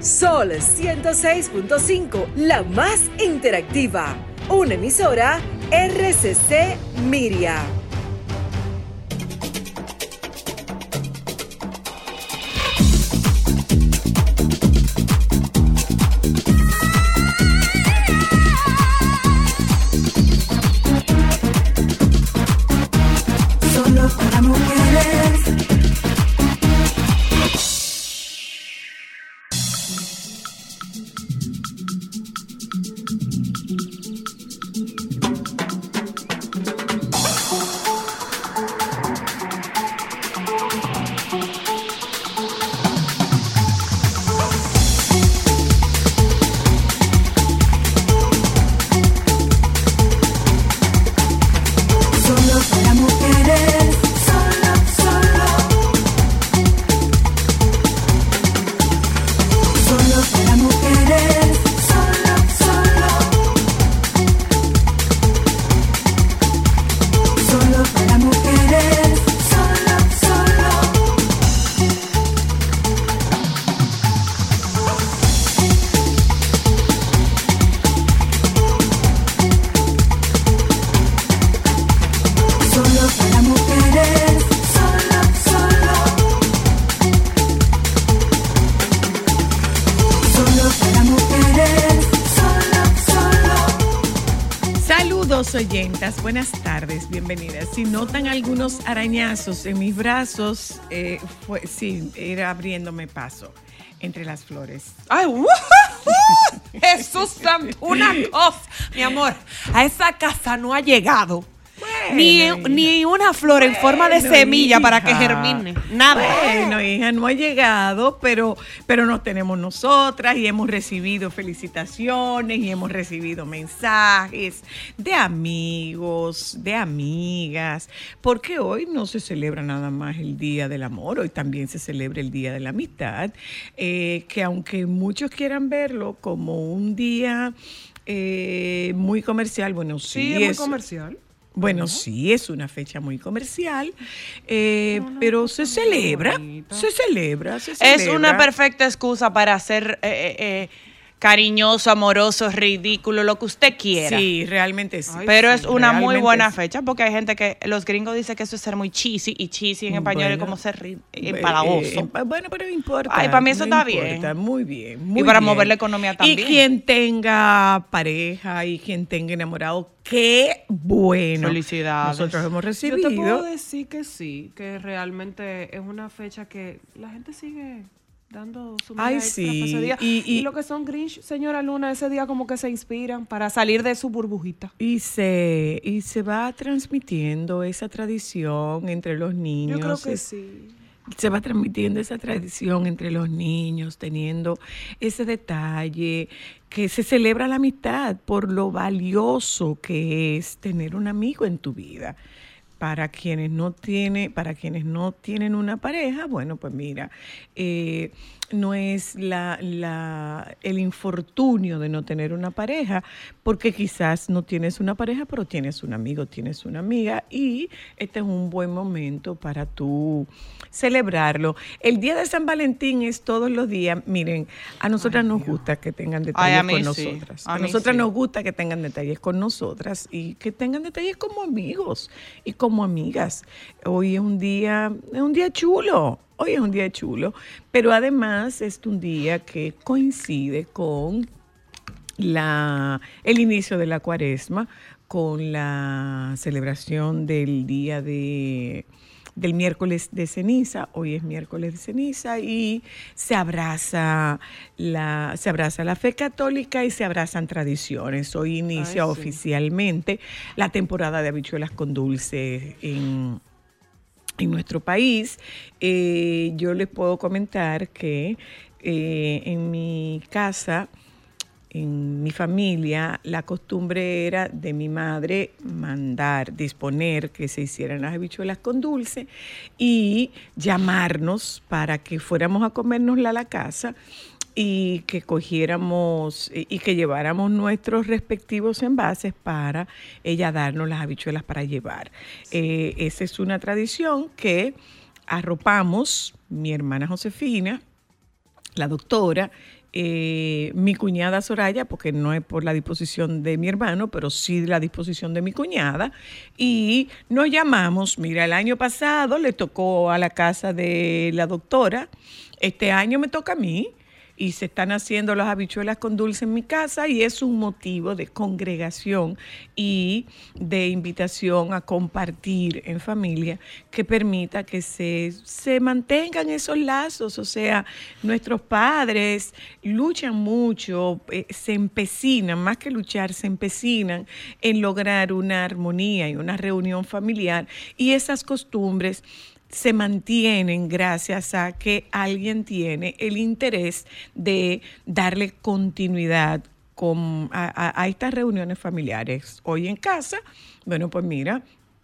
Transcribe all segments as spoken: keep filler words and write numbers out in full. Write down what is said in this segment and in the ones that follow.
Sol ciento seis punto cinco, la más interactiva. Una emisora R C C Miria. Solo para mujeres. Oyentas, buenas tardes, bienvenidas. Si notan algunos arañazos en mis brazos, eh, fue, sí, era abriéndome paso entre las flores. ¡Ay, uh, uh, Jesús santo! Una cosa, mi amor, a esa casa no ha llegado bueno, ni, ni una flor bueno, en forma de semilla hija, para que germine, nada. Bueno, hija, no ha llegado, pero, pero nos tenemos nosotras y hemos recibido felicitaciones y hemos recibido mensajes de amigos, de amigas, porque hoy no se celebra nada más el Día del Amor, hoy también se celebra el Día de la Amistad, eh, que aunque muchos quieran verlo como un día eh, muy comercial, bueno, sí, sí es, es muy comercial. Bueno, ¿no? Sí, es una fecha muy comercial, eh, no, no, pero se celebra, se celebra, se celebra. Es una perfecta excusa para hacer eh, eh, cariñoso, amoroso, ridículo, lo que usted quiera. Sí, realmente sí. Ay, pero sí, es una muy buena sí. fecha porque hay gente que, los gringos dicen que eso es ser muy cheesy, y cheesy en español bueno, es como ser ri- empalagoso. Eh, bueno, pero no importa. Ay, para mí eso no está importa, bien. Muy bien, muy Y para bien. mover la economía también. Y quien tenga pareja y quien tenga enamorado, qué bueno. Felicidades. Nosotros hemos recibido. Yo te puedo decir que sí, que realmente es una fecha que la gente sigue dando su vida Ay, extra sí. para ese día. Y, y, y lo que son Grinch, señora Luna, ese día como que se inspiran para salir de su burbujita. Y se, y se va transmitiendo esa tradición entre los niños. Yo creo que es, sí. Se va transmitiendo esa tradición entre los niños, teniendo ese detalle, que se celebra la amistad por lo valioso que es tener un amigo en tu vida. Para quienes no tiene, para quienes no tienen una pareja, bueno, pues mira, eh, no es la, la, el infortunio de no tener una pareja, porque quizás no tienes una pareja, pero tienes un amigo, tienes una amiga, y este es un buen momento para tú celebrarlo. El día de San Valentín es todos los días. Miren, a nosotras Ay, nos Dios. gusta que tengan detalles Ay, con sí. nosotras. A, a nosotras sí. nos gusta que tengan detalles con nosotras y que tengan detalles como amigos y como amigas. Hoy es un día, es un día chulo. Hoy es un día chulo, pero además es un día que coincide con la, el inicio de la Cuaresma, con la celebración del día de, del miércoles de ceniza. Hoy es miércoles de ceniza y se abraza la, se abraza la fe católica y se abrazan tradiciones. Hoy inicia Ay, sí. oficialmente la temporada de habichuelas con dulce en En nuestro país. Eh, yo les puedo comentar que eh, en mi casa, en mi familia, la costumbre era de mi madre mandar, disponer que se hicieran las habichuelas con dulce y llamarnos para que fuéramos a comérnosla a la casa y que cogiéramos y que lleváramos nuestros respectivos envases para ella darnos las habichuelas para llevar. Eh, esa es una tradición que arropamos mi hermana Josefina la doctora, eh, mi cuñada Soraya, porque no es por la disposición de mi hermano, pero sí la disposición de mi cuñada, y nos llamamos. Mira, el año pasado le tocó a la casa de la doctora, este año me toca a mí, y se están haciendo las habichuelas con dulce en mi casa y es un motivo de congregación y de invitación a compartir en familia que permita que se, se mantengan esos lazos. O sea, nuestros padres luchan mucho, eh, se empecinan, más que luchar, se empecinan en lograr una armonía y una reunión familiar, y esas costumbres se mantienen gracias a que alguien tiene el interés de darle continuidad con, a, a, a estas reuniones familiares. Hoy en casa, bueno, pues mira,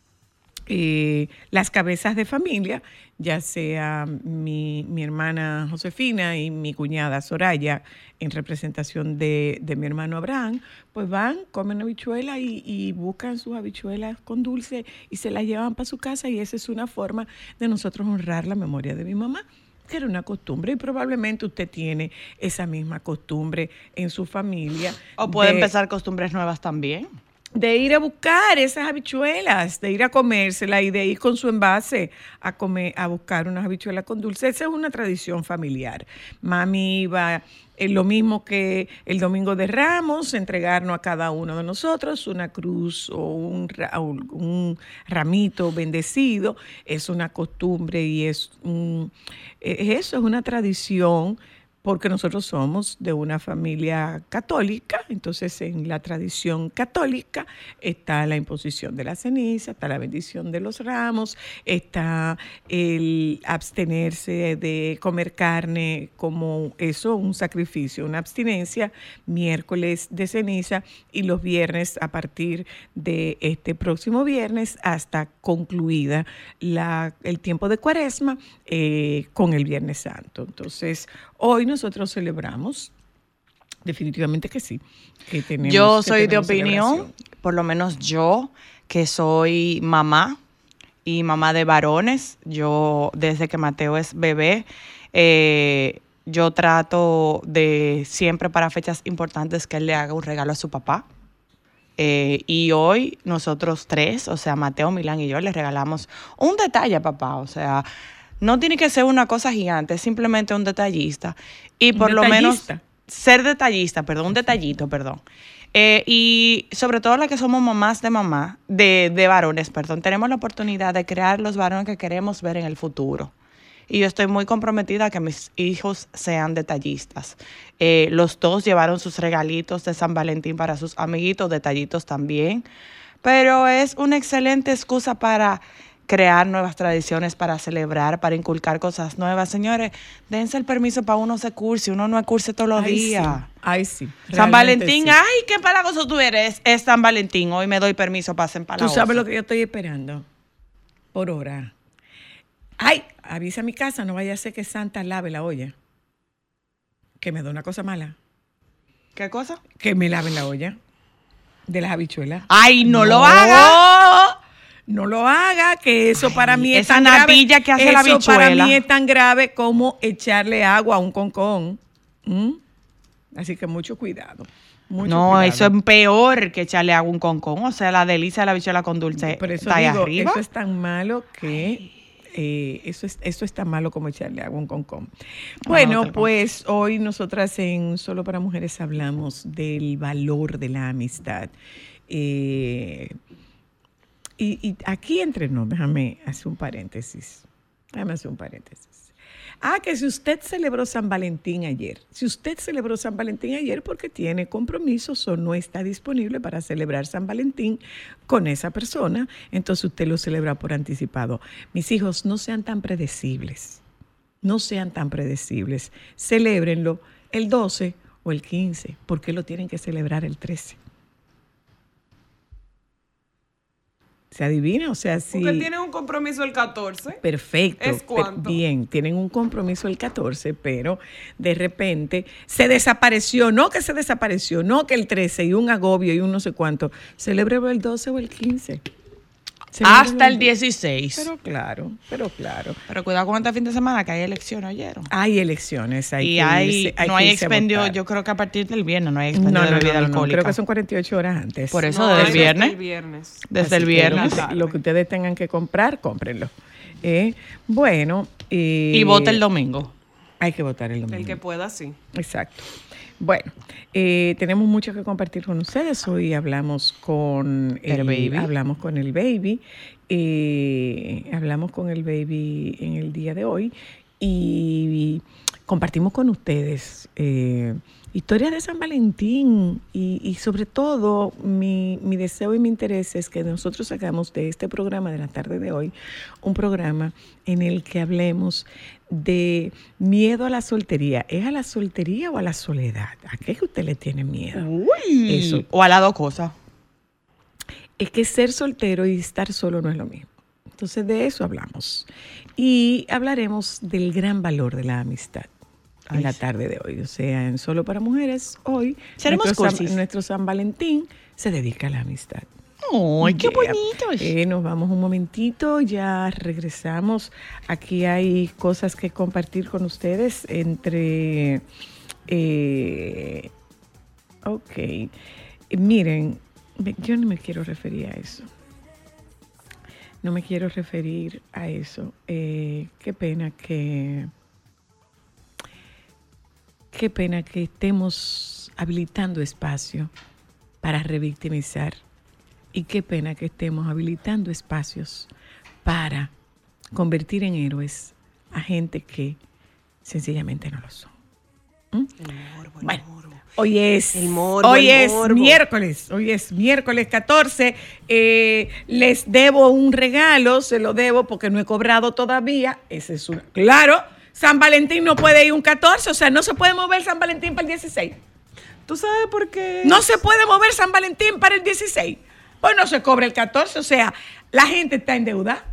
eh, las cabezas de familia, ya sea mi, mi hermana Josefina y mi cuñada Soraya, en representación de, de mi hermano Abraham, pues van, comen habichuelas y, y buscan sus habichuelas con dulce y se las llevan para su casa, y esa es una forma de nosotros honrar la memoria de mi mamá, que era una costumbre, y probablemente usted tiene esa misma costumbre en su familia. O puede de, empezar costumbres nuevas también. De ir a buscar esas habichuelas, de ir a comérselas y de ir con su envase a comer, a buscar unas habichuelas con dulce. Esa es una tradición familiar. Mami iba, eh, lo mismo que el Domingo de Ramos, entregarnos a cada uno de nosotros una cruz o un, un ramito bendecido. Es una costumbre y es, un, es eso, es una tradición, porque nosotros somos de una familia católica. Entonces en la tradición católica está la imposición de la ceniza, está la bendición de los ramos, está el abstenerse de comer carne como eso, un sacrificio, una abstinencia, miércoles de ceniza, y los viernes a partir de este próximo viernes hasta concluida la, el tiempo de Cuaresma eh, con el Viernes Santo. Entonces hoy nosotros celebramos, definitivamente que sí. Que tenemos, yo que soy de tenemos opinión, por lo menos yo, que soy mamá y mamá de varones. Yo, desde que Mateo es bebé, eh, yo trato de siempre para fechas importantes que él le haga un regalo a su papá. Eh, y hoy nosotros tres, o sea, Mateo, Milán y yo, le regalamos un detalle a papá. O sea, no tiene que ser una cosa gigante, es simplemente un detallista. Y por lo menos ser detallista, perdón, un detallito, perdón. Eh, y sobre todo las que somos mamás de mamá, de, de varones, perdón, tenemos la oportunidad de crear los varones que queremos ver en el futuro. Y yo estoy muy comprometida a que mis hijos sean detallistas. Eh, los dos llevaron sus regalitos de San Valentín para sus amiguitos, detallitos también. Pero es una excelente excusa para crear nuevas tradiciones, para celebrar, para inculcar cosas nuevas. Señores, dense el permiso para uno se curse, uno no es curse todos los Ay, días. Sí. Ay, sí. San Valentín, sí. ay, qué palagoso tú eres. Es San Valentín, hoy me doy permiso para ser Tú palagoso. sabes lo que yo estoy esperando por hora. Ay, avisa a mi casa, no vaya a ser que Santa lave la olla. Que me dé una cosa mala. ¿Qué cosa? Que me laven la olla de las habichuelas. Ay, no, no lo haga. No lo haga, que eso Ay, para mí es esa tan natilla grave. Que hace eso la habichuela. Para mí es tan grave como echarle agua a un concón. ¿Mm? Así que mucho cuidado. Mucho no, cuidado. Eso es peor que echarle agua a un concón. O sea, la delicia de la habichuela con dulce Por eso está ahí digo, arriba. Eso es tan malo que... Eh, eso es eso es tan malo como echarle agua a un concón. Bueno, ah, pues hoy nosotras en Solo para Mujeres hablamos del valor de la amistad. Eh, y, y aquí entre nos, déjame hacer un paréntesis. Déjame hacer un paréntesis. Ah, que si usted celebró San Valentín ayer, si usted celebró San Valentín ayer porque tiene compromisos o no está disponible para celebrar San Valentín con esa persona, entonces usted lo celebra por anticipado. Mis hijos, no sean tan predecibles, no sean tan predecibles. Celébrenlo el doce o el quince, ¿por qué lo tienen que celebrar el trece? ¿Se adivina? O sea, si... Porque tienen un compromiso el catorce. Perfecto. ¿Es cuánto? Bien, tienen un compromiso el catorce, pero de repente se desapareció. No que se desapareció, no que el trece y un agobio y un no sé cuánto. Celébrelo el doce o el quince. Se venden hasta los el dos. dieciséis. Pero claro, pero claro. Pero cuidado con este fin de semana que hay elecciones, ¿oyeron? Hay elecciones, hay y que hay, irse- hay no que hay irse a expendio, votar. yo creo que a partir del viernes no hay No, expendio no, de no, bebida no, no, alcohólica. creo que son cuarenta y ocho horas antes. Por eso No, desde es el desde viernes. el viernes. Desde Así el que viernes. Lo que, lo que ustedes tengan que comprar, cómprenlo. Eh, bueno. eh, Y vota el domingo. Hay que votar el domingo. El que pueda, sí. Exacto. Bueno, eh, tenemos mucho que compartir con ustedes. Hoy hablamos con El baby. Hablamos con el baby. eh, hablamos con el baby en el día de hoy y compartimos con ustedes eh, historias de San Valentín y, y sobre todo mi, mi deseo y mi interés es que nosotros hagamos de este programa de la tarde de hoy un programa en el que hablemos de miedo a la soltería. ¿Es a la soltería o a la soledad? ¿A qué es que usted le tiene miedo? Uy. Eso. O a las dos cosas. Es que ser soltero y estar solo no es lo mismo. Entonces de eso hablamos. Y hablaremos del gran valor de la amistad en Ay, la sí. tarde de hoy. O sea, en Solo para Mujeres, hoy Seremos nuestro San, cursis. nuestro San Valentín se dedica a la amistad. ¡Ay, qué Yeah. bonitos! Eh, nos vamos un momentito, ya regresamos. Aquí hay cosas que compartir con ustedes entre... eh, ok. Eh, Miren, me- yo no me quiero referir a eso. No me quiero referir a eso. Eh, qué pena que... Qué pena que estemos habilitando espacio para revictimizar. Y qué pena que estemos habilitando espacios para convertir en héroes a gente que sencillamente no lo son. ¿Mm? Bueno, hoy es, El morbo, hoy el es morbo. miércoles, hoy es miércoles catorce. Eh, les debo un regalo, se lo debo porque no he cobrado todavía. Ese es una. Claro, San Valentín no puede ir un catorce, o sea, no se puede mover San Valentín para el dieciséis. ¿Tú sabes por qué? No se puede mover San Valentín para el dieciséis. Pues no se cobra el catorce, o sea, la gente está en deuda.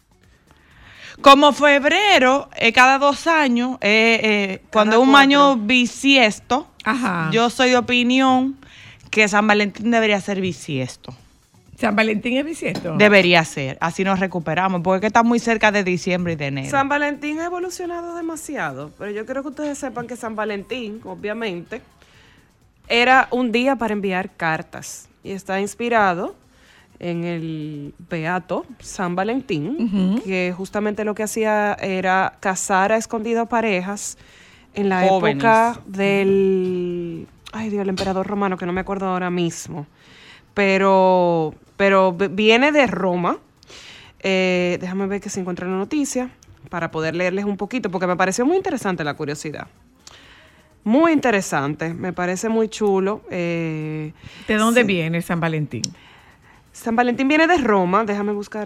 Como febrero, eh, cada dos años, eh, eh, cuando es un cuatro. año bisiesto, Ajá. yo soy de opinión que San Valentín debería ser bisiesto. San Valentín es bisiesto. Debería ser, así nos recuperamos, porque es que está muy cerca de diciembre y de enero. San Valentín ha evolucionado demasiado, pero yo quiero que ustedes sepan que San Valentín, obviamente, era un día para enviar cartas y está inspirado en el beato San Valentín, que justamente lo que hacía era casar a escondido parejas en la Jóvenes. época del, ay Dios, el emperador romano, que no me acuerdo ahora mismo, pero, pero v- viene de Roma. Eh, déjame ver que se encuentra la noticia para poder leerles un poquito, porque me pareció muy interesante la curiosidad. Muy interesante, me parece muy chulo. Eh, ¿De dónde sí. viene San Valentín? San Valentín viene de Roma, déjame buscar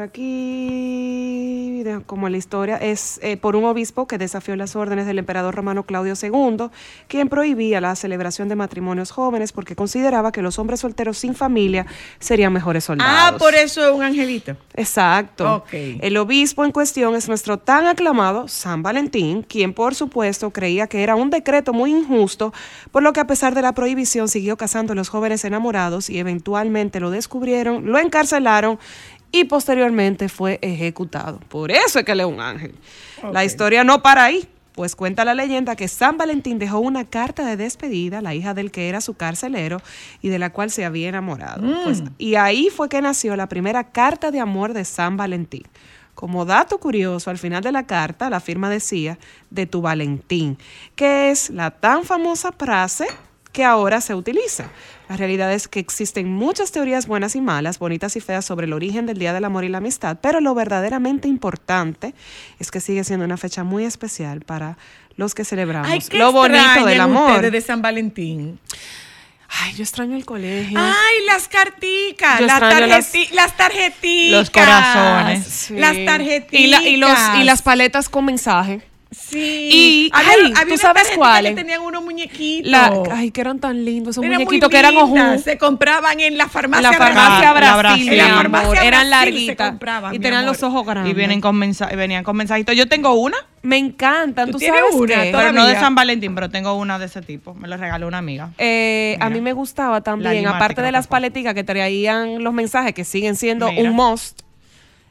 aquí, de- como la historia, es eh, por un obispo que desafió las órdenes del emperador romano Claudio segundo, quien prohibía la celebración de matrimonios jóvenes porque consideraba que los hombres solteros sin familia serían mejores soldados. Ah, por eso es un angelito. Exacto. Ok. El obispo en cuestión es nuestro tan aclamado San Valentín, quien por supuesto creía que era un decreto muy injusto, por lo que a pesar de la prohibición siguió casando a los jóvenes enamorados y eventualmente lo descubrieron, lo encarcelaron y posteriormente fue ejecutado. Por eso es que él es un ángel. La Ok. historia no para ahí. Pues cuenta la leyenda que San Valentín dejó una carta de despedida a la hija del que era su carcelero y de la cual se había enamorado. Pues, y ahí fue que nació la primera carta de amor de San Valentín. Como dato curioso, al final de la carta, la firma decía de tu Valentín, que es la tan famosa frase que ahora se utiliza. La realidad es que existen muchas teorías buenas y malas, bonitas y feas sobre el origen del Día del Amor y la Amistad, pero lo verdaderamente importante es que sigue siendo una fecha muy especial para los que celebramos Ay, qué lo bonito extrañan del amor. ustedes de San Valentín. Ay, yo extraño el colegio. Ay, las carticas, Yo las, extraño las- tarjeti- las tarjeticas. Los corazones. Sí. Las tarjeticas. Y, la- y los, y las paletas con mensaje. Sí. Y, había, ay, había ¿tú unas sabes tarjeticas cuáles? que tenían unos muñequitos. La, ay, que eran tan lindos, esos Eran muy muñequitos que eran lindas, ojú. se compraban en la En farmacia la farmacia La Brasil, Brasil. mi En la amor, farmacia eran Brasil se larguitas compraban, y mi tenían amor. los ojos grandes. Y vienen con mensa- y venían con mensajitos. Yo tengo una, Me encantan, ¿Tú ¿tú, tienes sabes una? qué? Toda- pero no de Todavía. San Valentín, pero tengo una de ese tipo. Me lo regaló una amiga. Eh, a Mira. mí me gustaba La también, limática, aparte de por las favor. paleticas que traían los mensajes que siguen siendo Mira. un must,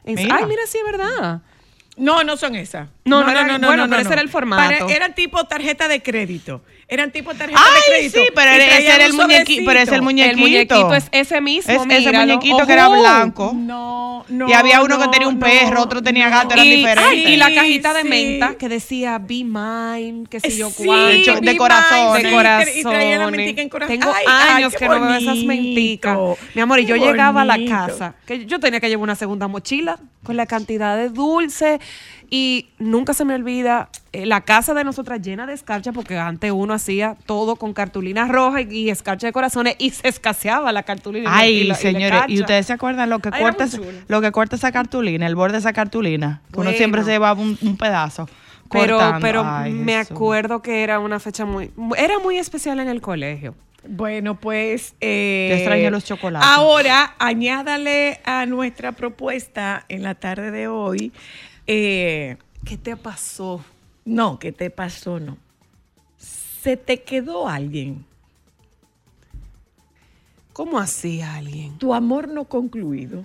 En- Mira. Ay, mira, sí, es verdad. No, no son esas. No, no era- bueno, pero ese era el formato. Para- eran tipo tarjeta de crédito. Eran tipo tarjeta Ay, de crédito. sí, pero Y ese traían era el un muñequi- pero es el sobrecito. muñequito. El muñequito es ese mismo, Es ese míralo. muñequito que era Ojo. blanco. No, no. Y había uno que no, tenía un no, perro, otro tenía gato, eran Y, diferentes. ay, y la Sí, cajita de sí. menta que decía Be Mine, qué sé yo Sí, cuánto. de Be corazones. Mine, De corazones. sí, y traía la mentica en corazón. Tengo Ay, ay, años qué que no veo esas bonito. menticas. Mi amor, y Qué yo llegaba a la bonito. casa, que yo tenía que llevar una segunda mochila con la cantidad de dulce y nunca se me olvida eh, la casa de nosotras llena de escarcha porque antes uno hacía todo con cartulina roja y, y escarcha de corazones y se escaseaba la cartulina. y la- y Ay, la- y la señores, ¿y escarcha. ustedes se acuerdan lo que Ay, era corta muy esa- chulo. lo que corta esa cartulina, el borde de esa cartulina? Que Bueno. uno siempre se llevaba un, un pedazo. Pero, cortando. pero Ay, me Jesús. acuerdo que era una fecha muy, era muy especial en el colegio. Bueno, pues... Eh, Yo extraño los chocolates. Ahora, añádale a nuestra propuesta en la tarde de hoy. eh, ¿Qué te pasó? no, ¿qué te pasó? No. ¿Se te quedó alguien? ¿Cómo así alguien? Tu amor no concluido.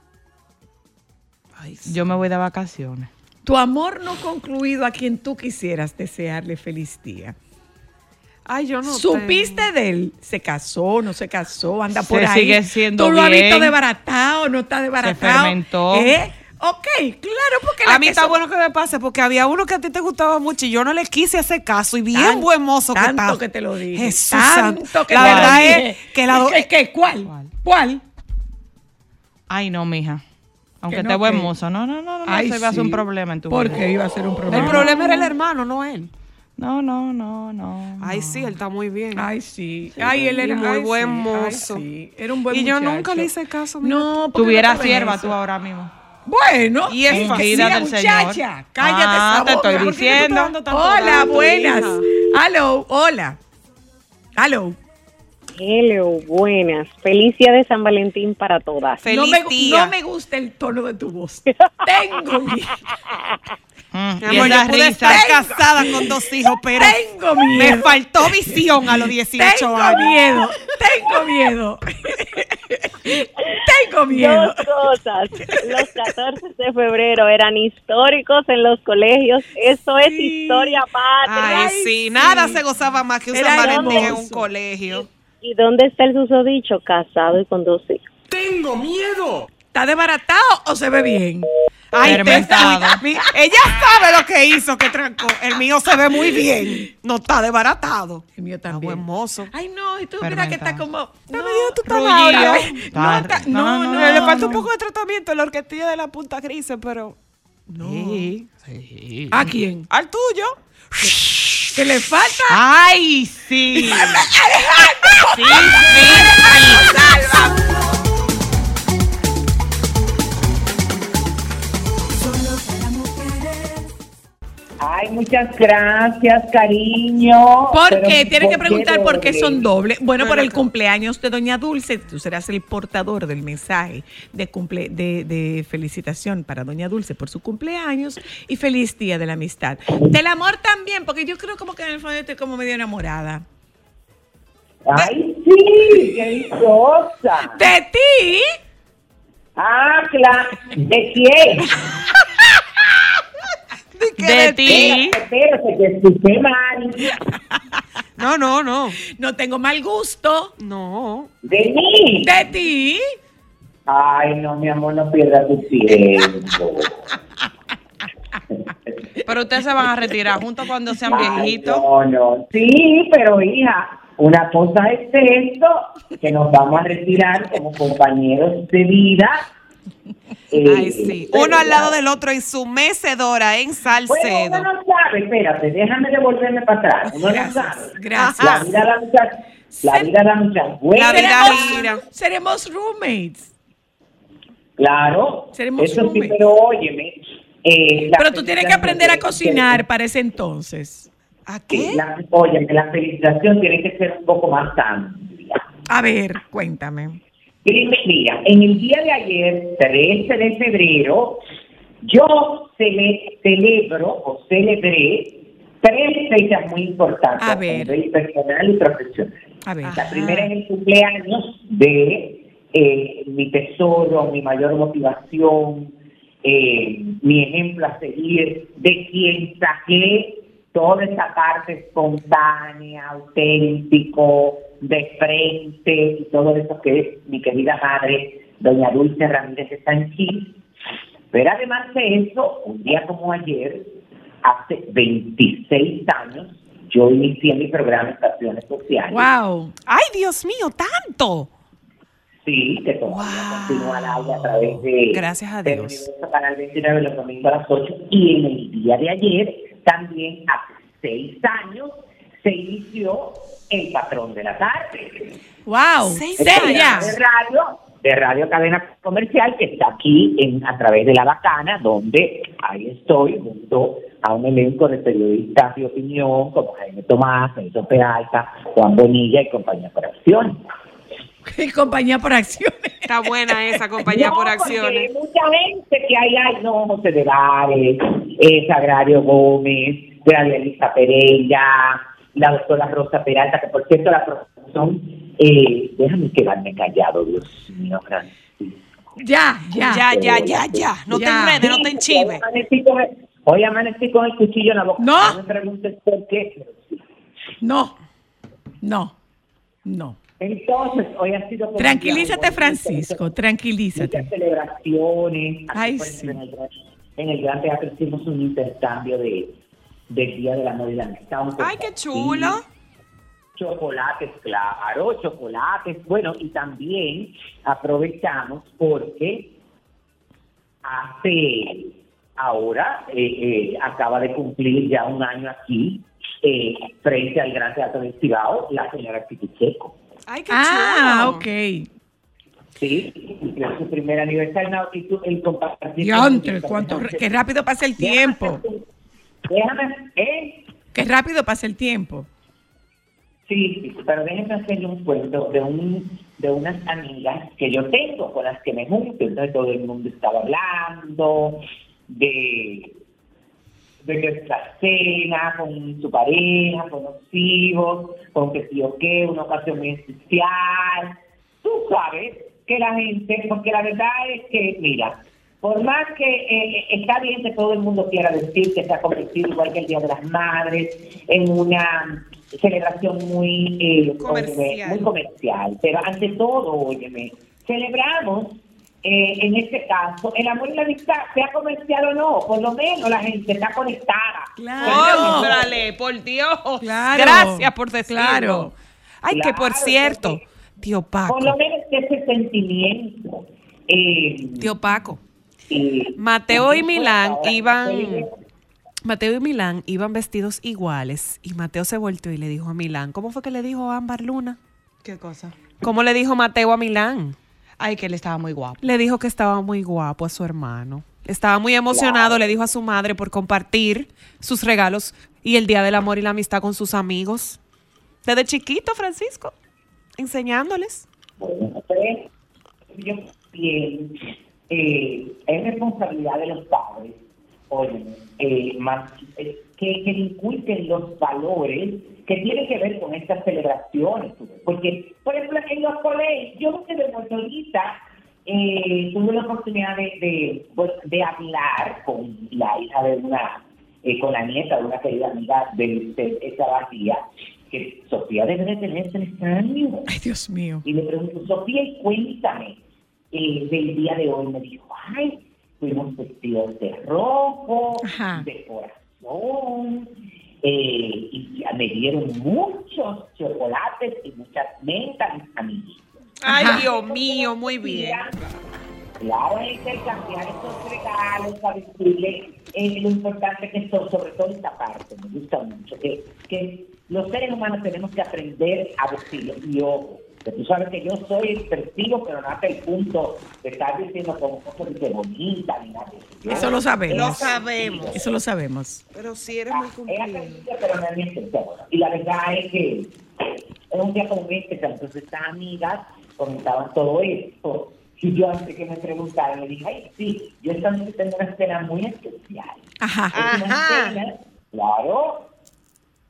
Ay, sí. Yo me voy de vacaciones. Tu amor no concluido a quien tú quisieras desearle feliz día. Ay, yo no ¿Supiste tengo. de él? ¿Se casó? ¿No se casó? ¿Anda Se por ahí? sigue siendo ¿Tú lo has bien. visto desbaratado? ¿No está desbaratado? fermentó. ¿Eh? Ok, claro, porque la A mí que está son- bueno que me pase porque había uno que a ti te gustaba mucho y yo no le quise hacer caso y bien Tan- buen mozo que tanto está. que te lo dije. Jesús Tanto santo. que La te lo verdad dije. es que la do- ¿Qué, qué, cuál? ¿Cuál? ¿Cuál? Ay, no, mija. Aunque Que no, esté buen que- mozo. No, no, no, no, no Ay, se va a hacer sí. un problema en tu ¿Por vida. qué iba a ser un problema? el problema era el hermano, no él. No, no, no, no. Ay, sí, él está muy bien. Ay, sí. Ay, él Y era muy ay, buen sí, ay, mozo. sí. Era un buen Y yo muchacho. nunca le hice caso, mira. No, porque Tuviera no te ves sierva eso. tú ahora mismo. Bueno, Y es en fácil. vida del muchacha. Señor. Cállate Ah, esa te boca. estoy ¿Por qué tú diciendo. estás dando tanto Hola, dato, buenas. hija? Aló, hola. Aló. Hello, buenas. Feliz día de San Valentín para todas. Feliz no me, gu- día. no me gusta el tono de tu voz. Tengo miedo. Mm, Mi y amor, esa yo pude risa. estar casada con dos hijos, pero Tengo me miedo. faltó visión a los dieciocho Tengo años. miedo. Tengo miedo. Tengo miedo. Dos cosas. Los catorce de febrero eran históricos en los colegios. Eso es Sí. historia patria. Ay, sí, nada se gozaba más que un Era San Valentín en hermoso. un colegio. ¿Y dónde está el susodicho? Casado y con dos hijos. ¿Está desbaratado o se ve bien? Ay, te Fermentado. fui. Mi- ella sabe lo que hizo, que trancó. El mío se ve muy bien. No está desbaratado. El mío Está también. buen mozo. Ay, no, y tú mira que está como. Está no, medio tú estás Rullido. laurea. No, está- no, no, No, le falta no. un poco de tratamiento en la horquetilla de la punta gris, pero. No. Sí. ¿A quién? Al tuyo. ¿Que le falta? Ay, sí. Sí, sí. Solo para mujeres. Ay, muchas gracias, cariño. ¿Por Pero, qué? Tiene que ¿por qué preguntar por qué doble? son dobles. Bueno, por Bueno, el cumpleaños de Doña Dulce, tú serás el portador del mensaje de, cumple, de, de felicitación para Doña Dulce por su cumpleaños y feliz día de la amistad. Del amor también, porque yo creo como que en el fondo estoy como medio enamorada. Ay, sí, qué dichosa. ¿De ti? Ah, claro. ¿De quién? De ti. Espérate, que escuché mal. No, no, no. No tengo mal gusto. No. ¿De mí? ¿De ti? Ay, no, mi amor, no pierdas tu tiempo. Pero ustedes se van a retirar juntos cuando sean Ay, viejitos. no, no. Sí, pero hija, una cosa es esto, que nos vamos a retirar como compañeros de vida. Eh, Ay, sí. Uno al lado del otro en su mecedora, en Bueno, Salcedo. uno no sabe, espérate, déjame devolverme para atrás. Uno no Gracias, sabe. gracias. La vida da muchas, la vida da muchas vueltas. La vida Seremos- gira. Seremos roommates. Claro, Seremos eso sí, roommates. pero óyeme. eh, la Pero tú tienes que felicitación aprender a tiene que cocinar ser- para ese entonces. ¿A sí, qué? la- óyeme, la felicitación tiene que ser un poco más amplia. A ver, cuéntame. Mira, mira, en el día de ayer, trece de febrero, yo cele- celebro o celebré tres fechas muy importantes A a ver. nivel personal y profesional. A ver. La primera es el cumpleaños de eh, mi tesoro, mi mayor motivación, eh, mi ejemplo a seguir, de quien saqué toda esa parte espontánea, auténtico, de frente, y todo eso que es mi querida madre, doña Dulce Ramírez de Sanchís. Pero además de eso, un día como ayer, hace veintiséis años, yo inicié mi programa Estaciones Sociales. ¡Wow! ¡Ay, Dios mío, tanto! Sí, que todavía Wow. continúa al aire a través de Gracias a del Dios. Universo Canal veintinueve los domingos a las ocho. Y en el día de ayer, también hace seis años, se inició El Patrón de la Tarde. ¡Wow! Seis Esta ¡Seis cadena ya! de radio, de radio cadena comercial que está aquí en a través de La Bacana, donde ahí estoy junto a un elenco de periodistas de opinión como Jaime Tomás, Nelson Peralta, Juan Bonilla y compañía por acción. Y compañía por acciones. Está buena esa compañía No, por porque acciones. mucha gente que hay, hay no, José de Vares, eh, Sagrario Gómez, Graciela Pereira, la doctora Rosa Peralta, que por cierto la profesión, eh, déjame quedarme callado, Dios mío, Francisco. Ya, ya. Ya, ya, ya, ya. No te Ya. enredes, no te enchives. Hoy amanecí con el- Hoy amanecí con el cuchillo en la boca. No. No me preguntes por qué. No. No. No. Entonces, hoy ha sido... como Tranquilízate, un día muy Francisco. muchas Tranquilízate. celebraciones. Aquí, Ay, por sí. ejemplo, en, el, gran- en el Gran Teatro hicimos un intercambio de del Día del Amor y la Amistad. un Ay, qué compartir, chulo. Chocolates, claro, chocolates. Bueno, y también aprovechamos porque hace ahora eh, eh, acaba de cumplir ya un año aquí eh, frente al Gran Teatro del Cibao la señora Pipicheco. Ay, qué Ah, chulo. ok. Sí, cumplió su primer aniversario. No, y tú, el compartir. Diantre, cuánto, qué rápido pasa el tiempo. Déjame, ¿eh? Qué rápido pasa el tiempo. Sí, sí, pero déjenme hacerle un cuento de un de unas amigas que yo tengo, con las que me junto. Entonces todo el mundo estaba hablando de, de nuestra cena con su pareja, con los hijos, con que sí o qué, una ocasión muy especial. Tú sabes que la gente, porque la verdad es que, mira, por más que eh, está bien que todo el mundo quiera decir que se ha convertido igual que el Día de las Madres en una celebración muy eh, Comercial. óyeme, muy comercial, pero ante todo, óyeme, celebramos eh, en este caso el amor y la amistad, sea comercial o no, por lo menos la gente está conectada. Claro. ¡Óndrale, por Dios! Claro. Gracias por decirlo. Claro. Ay, que por Claro, cierto, porque- tío Paco, Por lo menos ese sentimiento. Eh, tío Paco, eh, Mateo y pues, Milán ahora iban, estoy- Mateo y Milán iban vestidos iguales y Mateo se volteó y le dijo a Milán, ¿cómo fue que le dijo a Ámbar Luna? ¿Qué cosa? ¿Cómo le dijo Mateo a Milán? Ay, que él estaba muy guapo. Le dijo que estaba muy guapo a su hermano. Estaba muy emocionado, le dijo a su madre por compartir sus regalos y el Día del Amor y la Amistad con sus amigos. Desde chiquito, Francisco, enseñándoles. Bueno, pues, yo bien, eh, es responsabilidad de los padres, oye, eh, más, eh, que, que inculquen los valores que tienen que ver con estas celebraciones. Porque, por ejemplo, en los colegios, yo desde Motorita eh, tuve la oportunidad de, de, pues, de hablar con la hija de una, eh, con la nieta de una querida amiga de, de esa vacía, que Sofía debe de tener tres años. Ay, Dios mío. Y le pregunto, Sofía, y cuéntame eh, del día de hoy. Me dijo, ay, fuimos vestidos de rojo, Ajá. de corazón, eh, y me dieron muchos chocolates y muchas mentas, mis amiguitos. Ay, Ajá. Dios mío, muy bien. Claro, hay que cambiar estos regalos para decirle eh, lo importante que son, sobre todo esta parte, me gusta mucho, que, que los seres humanos tenemos que aprender a decirlo. Y ojo, que tú sabes que yo soy expresivo, pero no hasta el punto de estar diciendo como cosas de bonita ni nada. Yo- Eso lo sabemos. Lo sabemos. Eso lo sabemos. Pero si eres muy Es cumplido. atención, pero no es mi intención. Y la verdad es que es un día como este, entonces estas amigas comentaban todo esto. Y yo antes que me preguntaran, le dije, ay, sí, yo esta noche tengo una escena muy especial. Ajá. Es una Ajá. escena, claro,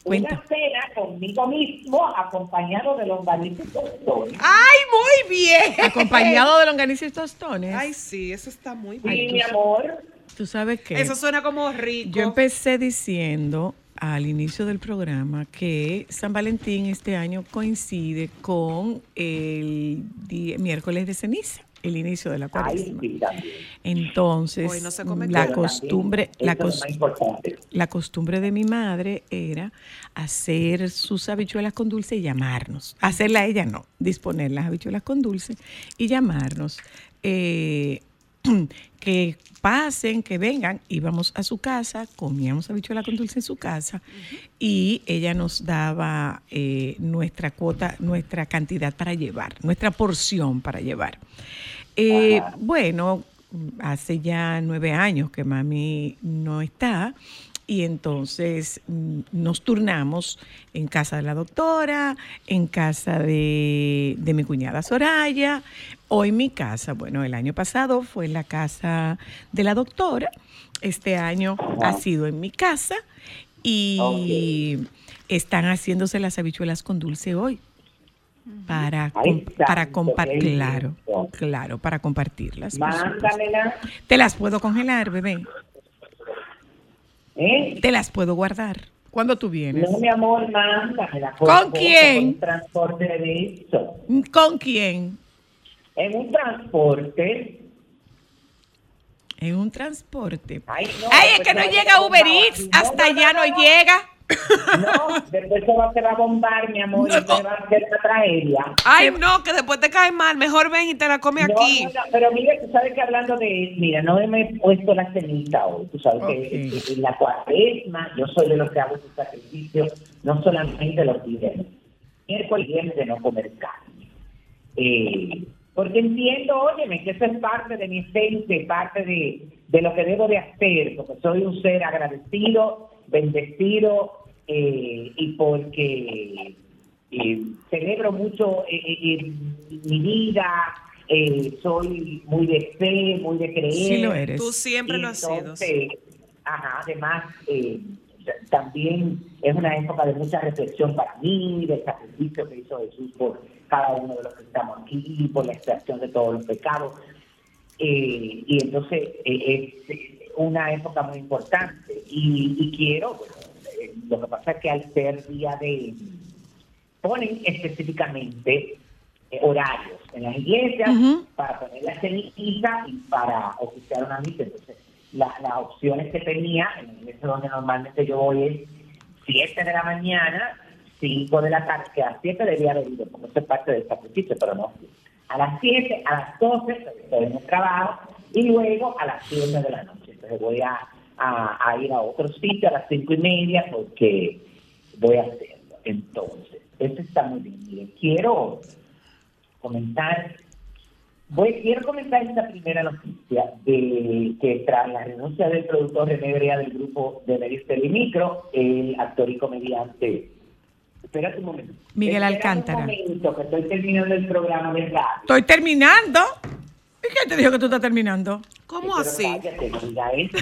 Cuenta. una cena conmigo mismo acompañado de longaniza y tostones. ¡Ay, muy bien! Acompañado de longaniza y tostones. Ay, sí, eso está muy Sí, bien. mi amor. Tú sabes que Eso suena como rico. yo empecé diciendo al inicio del programa que San Valentín este año coincide con el día, miércoles de ceniza, el inicio de la Ay, cuaresma. sí, también. Entonces, Hoy no se come la Pero costumbre, también, la, eso es cos- lo más importante. la costumbre de mi madre era hacer sus habichuelas con dulce y llamarnos. Hacerla ella no, disponer las habichuelas con dulce y llamarnos. Eh, que pasen, que vengan, íbamos a su casa, comíamos habichuela con dulce en su casa y ella nos daba eh, nuestra cuota, nuestra cantidad para llevar, nuestra porción para llevar. Eh, bueno, hace ya nueve años que mami no está y entonces mm, nos turnamos en casa de la doctora, en casa de, de mi cuñada Soraya, o en mi casa. Bueno, el año pasado fue en la casa de la doctora, este año ha sido en mi casa y están haciéndose las habichuelas con dulce hoy. Para, Ay, comp- para santo, compartir, qué claro, lindo. claro, para compartirlas. por supuesto. Mándamela. Te las puedo congelar, bebé. ¿Eh? Te las puedo guardar. ¿Cuándo tú vienes? No, mi amor, mándamela. por ¿Con favor, quién? con un transporte de eso. ¿Con quién? En un transporte. En un transporte. Ay, no, Ay, es después que no se va llega a Uber bombar. Eats, hasta allá no no. llega. No, después se va, se va a bombar, mi amor, y se va a hacer una tragedia. Ay, no, que después te cae mal. Mejor ven y te la come No, aquí. no, no, pero mira, tú sabes que hablando de, mira, no me he puesto la cenita hoy, tú sabes que Ok. en la cuaresma yo soy de los que hago ese sacrificio, no solamente los viernes, miércoles y viernes de no comer carne. Eh, porque entiendo, óyeme, que eso es parte de mi esencia, parte de, de lo que debo de hacer, porque soy un ser agradecido, bendecido, eh, y porque eh, celebro mucho eh, eh, mi vida, eh, soy muy de fe, muy de creer. Sí lo eres. Tú siempre Y lo has sido. entonces, ajá, además, eh, también es una época de mucha reflexión para mí, del sacrificio que hizo Jesús por cada uno de los que estamos aquí, por la expiación de todos los pecados. Eh, y entonces eh, es una época muy importante. Y, y quiero, bueno, eh, lo que pasa es que al ser día de... ponen específicamente eh, horarios en las iglesias Ujú. para poner la ceniza y para oficiar una misa. Entonces, la- las opciones que tenía en la iglesia donde normalmente yo voy es siete de la mañana, cinco de la tarde, que a las siete debía haber ido, porque eso es parte del sacrificio, pero no. A las siete, a las doce, estoy en el trabajo, y luego a las siete de la noche. Entonces voy a, a, a ir a otro sitio a las cinco y media porque voy a hacerlo. Entonces, eso está muy bien. Mire, quiero comentar, voy, quiero comentar esta primera noticia de que tras la renuncia del productor René Brea del grupo de medios Telemicro, el actor y comediante, espérate un momento. Miguel Espérate Alcántara. Un momento, que estoy terminando el programa de radio. Estoy terminando. ¿Y quién te dijo que tú estás terminando? ¿Cómo Pero así? cállate, no diga eso.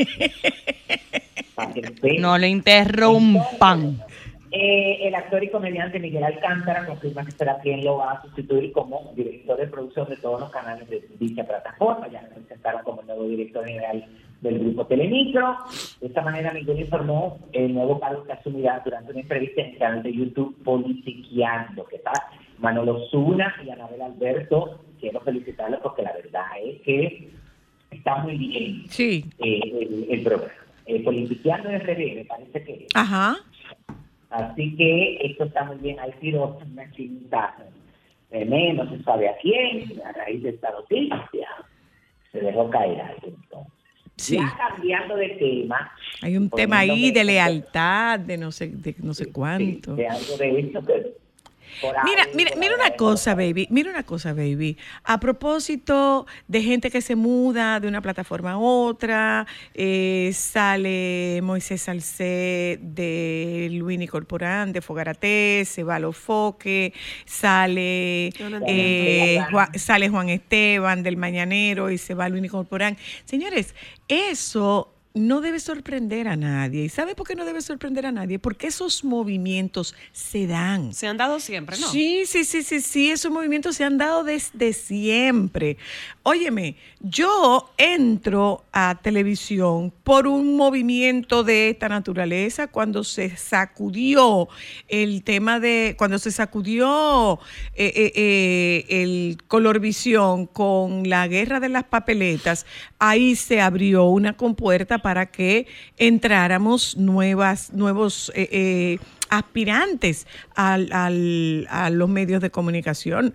Para que sepa. No le interrumpan. Eh, el actor y comediante Miguel Alcántara confirma que será quien lo va a sustituir como director de producción de todos los canales de dicha plataforma. Ya lo presentaron como el nuevo director general del grupo Telemicro. De esta manera, Miguel informó el nuevo cargo que asumirá durante una entrevista en el canal de YouTube Politiqueando, que está Manolo Zuna y Anabel Alberto. Quiero felicitarlos porque la verdad es que está muy bien Sí. eh, el, el programa. Eh, Politiqueando es R B, me parece que Ajá. así que esto está muy bien. Hay sido una chinita. René no se sabe a quién, a raíz de esta noticia, se dejó caer algo entonces. Sí. Ya cambiando de tema. Hay un tema ahí poniéndome- de lealtad, de no sé, de no sé Sí, cuánto. de algo de eso que por Mira, ahí, mira, por mira ahí, una cosa, baby. Mira una cosa, baby. A propósito de gente que se muda de una plataforma a otra, eh, sale Moisés Salcé de Luini Corporán, de Fogarate, se va a Los Foques, sale, Yo no eh, entiendo. Juan- sale Juan Esteban del Mañanero y se va a Luini Corporán. Señores, eso no debe sorprender a nadie. ¿Y sabe por qué no debe sorprender a nadie? Porque esos movimientos se dan. Se han dado siempre, ¿no? Sí, sí, sí, sí, sí, esos movimientos se han dado desde siempre. Óyeme, yo entro a televisión por un movimiento de esta naturaleza cuando se sacudió el tema de, cuando se sacudió eh, eh, eh, el Colorvisión con la guerra de las papeletas, ahí se abrió una compuerta para que entráramos nuevas, nuevos eh, eh, aspirantes al, al, a los medios de comunicación,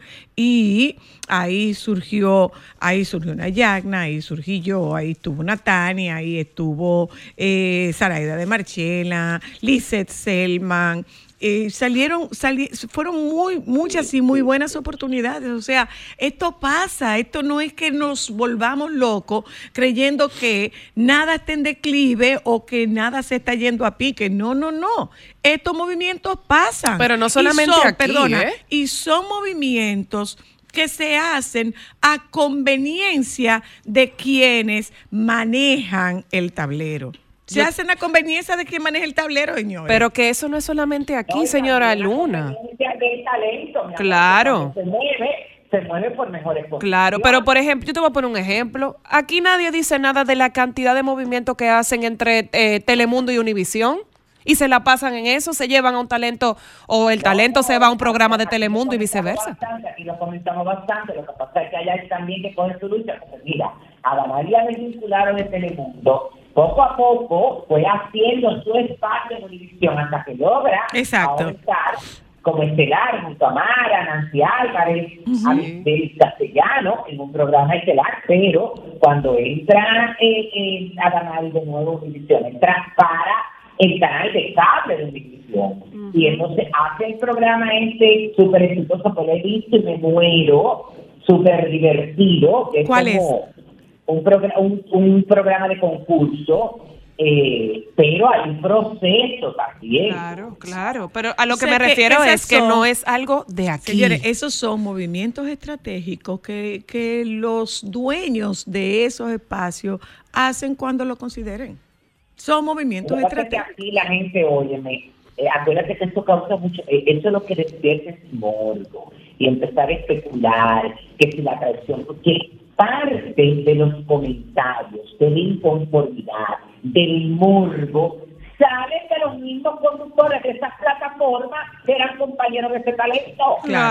y ahí surgió, ahí surgió una Yagna, ahí surgí yo, ahí estuvo una Tania, ahí estuvo eh, Saraida de Marchela, Lisette Selman. Eh, salieron, sali, fueron muy, muchas y muy buenas oportunidades. O sea, esto pasa, esto no es que nos volvamos locos creyendo que nada está en declive o que nada se está yendo a pique. No, no, no. Estos movimientos pasan. Pero no solamente y son, aquí, perdona, ¿eh? y son movimientos que se hacen a conveniencia de quienes manejan el tablero. Se Yo- hacen a conveniencia de quien maneja el tablero, señores. Pero que eso no es solamente aquí, No, y señora también la Luna. competencia del talento, mi amor, Claro. que cuando se mueve, se mueve por mejores posiciones. Claro, pero por ejemplo, yo te voy a poner un ejemplo. Aquí nadie dice nada de la cantidad de movimientos que hacen entre eh, Telemundo y Univisión. Y se la pasan en eso, se llevan a un talento, o el talento se va a un programa de Telemundo y viceversa. Bastante, aquí lo comentamos bastante, lo que pasa es que allá hay también que coger su lucha. Porque mira, a la María le vincularon de Telemundo, poco a poco fue haciendo su espacio en Univisión hasta que logra Exacto. ahora estar como estelar junto a Mara, Nancy Álvarez, a Del Castellano en un programa estelar, pero cuando entra eh, eh, a ganar de nuevo Univisión, entra para el canal de cable de Univisión. Uh-huh. Y entonces hace el programa este súper exitoso que le he visto y me muero, súper divertido. Que ¿Cuál es? Como es? Un, progr- un, un programa de concurso, eh, pero hay un proceso también. Claro, claro. Pero a lo O que sea, me que refiero esas es que son- no es algo de aquí. Señores, esos son movimientos estratégicos que, que los dueños de esos espacios hacen cuando lo consideren. Son movimientos Lo que pasa es que estratégicos. aquí la gente, óyeme, eh, acuérdate que esto causa mucho, eh, eso es lo que despierta es morbo y empezar a especular que si la traición, porque parte de los comentarios de la inconformidad, del morbo, salen de los mismos conductores de esas plataformas que eran compañeros de ese talento.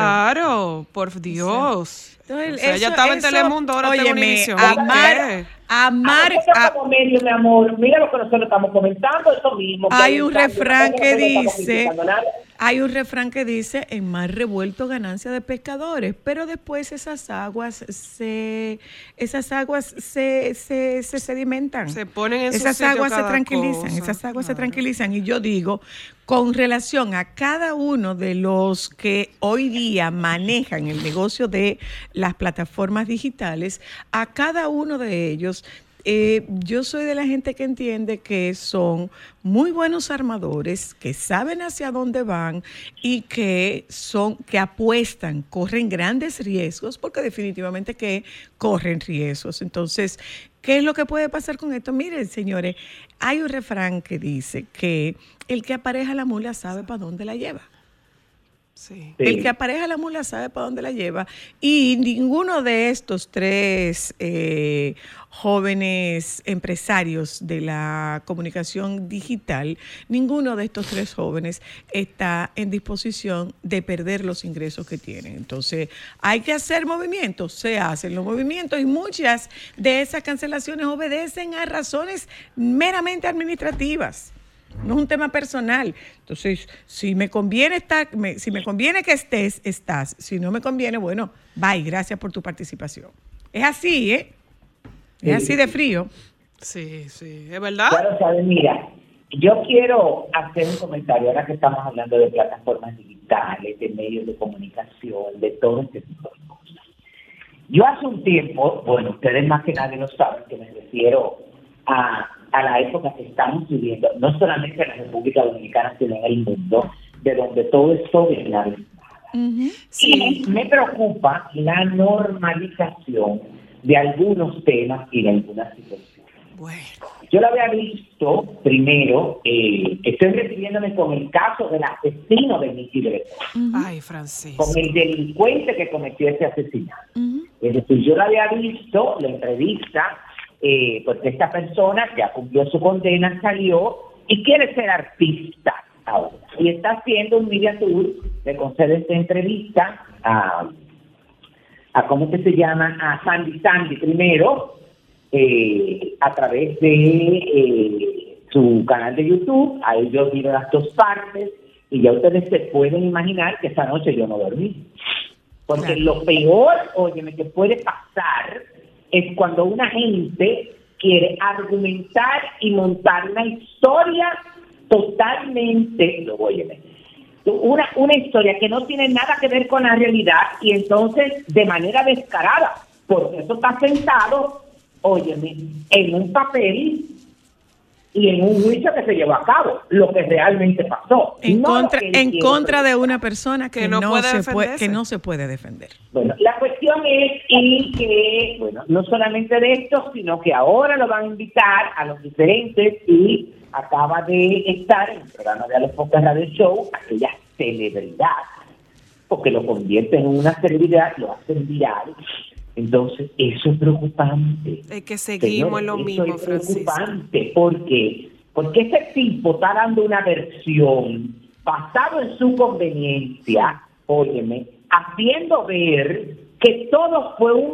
Claro, por Dios. Entonces, O sea, eso- ya estaba en eso- Telemundo, ahora está en óyeme, Univisión. amar, ¿Qué? amar, Nosotros a- como medio, mi amor, mira lo que nosotros estamos comentando, eso mismo. que hay un cambio, refrán nosotros que no estamos dice, criticando nada. hay un refrán que dice, en mar revuelto ganancia de pescadores, pero después esas aguas se, esas aguas se, se, se sedimentan. Se ponen en su Esas sitio aguas se cada tranquilizan, cosa, esas aguas se claro. tranquilizan. Y yo digo, con relación a cada uno de los que hoy día manejan el negocio de las plataformas digitales, a cada uno de ellos, eh, yo soy de la gente que entiende que son muy buenos armadores, que saben hacia dónde van y que son, que apuestan, corren grandes riesgos, porque definitivamente que corren riesgos. Entonces, ¿qué es lo que puede pasar con esto? Miren, señores, hay un refrán que dice que el que apareja la mula sabe para dónde la lleva. Sí. Sí. El que apareja la mula sabe para dónde la lleva. Y ninguno de estos tres eh, jóvenes empresarios de la comunicación digital, ninguno de estos tres jóvenes está en disposición de perder los ingresos que tienen. Entonces, hay que hacer movimientos, se hacen los movimientos y muchas de esas cancelaciones obedecen a razones meramente administrativas. No es un tema personal. Entonces, si me conviene estar, me, si me conviene que estés, estás. Si no me conviene, bueno, bye, gracias por tu participación. Es así, ¿eh? Es así de frío. Sí, sí, es verdad. Claro, sabes, mira, yo quiero hacer un comentario ahora que estamos hablando de plataformas digitales, de medios de comunicación, de todo este tipo de cosas. Yo hace un tiempo, bueno, ustedes más que nadie lo saben, que me refiero a, a la época que estamos viviendo, no solamente en la República Dominicana, sino en el mundo, de donde todo es sobre la verdad. Uh-huh. Y me preocupa la normalización de algunos temas y de algunas situaciones. Bueno. Yo la había visto primero, eh, estoy refiriéndome con el caso del asesino de Mickey Bretón, Ay, Francisco. con el delincuente que cometió ese asesinato. Ujú. Es decir, yo la había visto, la entrevista, eh, porque esta persona ya cumplió su condena, salió y quiere ser artista ahora. Y está haciendo un media tour, le concede esta entrevista a, a ¿cómo que se llama? A Sandy Sandy primero, eh, a través de eh, su canal de YouTube. Ahí yo miro las dos partes y ya ustedes se pueden imaginar que esa noche yo no dormí. Porque Claro. lo peor, óyeme, que puede pasar es cuando una gente quiere argumentar y montar una historia totalmente, lo óyeme, una, una historia que no tiene nada que ver con la realidad y entonces de manera descarada, porque eso está sentado, óyeme, en un papel y en un juicio que se llevó a cabo, lo que realmente pasó. En, no contra, lo que él en quiere contra de presentar. una persona que, Que no no, puede se puede, defenderse. que no se puede defender. Bueno, la cuestión es y que, bueno, no solamente de esto, sino que ahora lo van a invitar a los diferentes y acaba de estar en el programa de Alex Fox Radio Show, aquella celebridad, porque lo convierte en una celebridad, lo hacen viral. Entonces, eso es preocupante. Es que seguimos Señores, en lo eso mismo, es Francisco. preocupante. ¿Por qué? Porque ese tipo está dando una versión basado en su conveniencia, óyeme, haciendo ver que todo fue un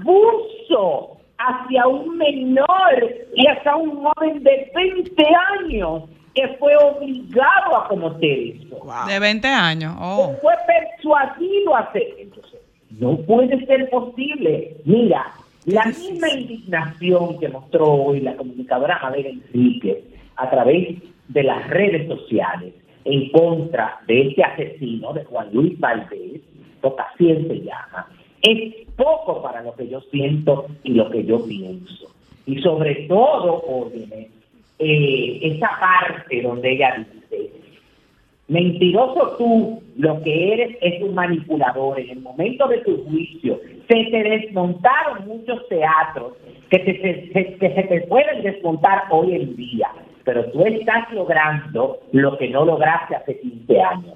abuso hacia un menor y hacia un joven de veinte años que fue obligado a cometer eso. De veinte años. Oh. Que fue persuadido a hacer eso. No puede ser posible. Mira, la misma indignación que mostró hoy la comunicadora Mabel Enríquez a través de las redes sociales en contra de este asesino de Juan Luis Valdés, Tocasien se llama, es poco para lo que yo siento y lo que yo pienso. Y sobre todo, óyeme, eh, esa parte donde ella dice: mentiroso tú, lo que eres es un manipulador. En el momento de tu juicio se te desmontaron muchos teatros que, te, se, se, que se te pueden desmontar hoy en día, pero tú estás logrando lo que no lograste hace quince años.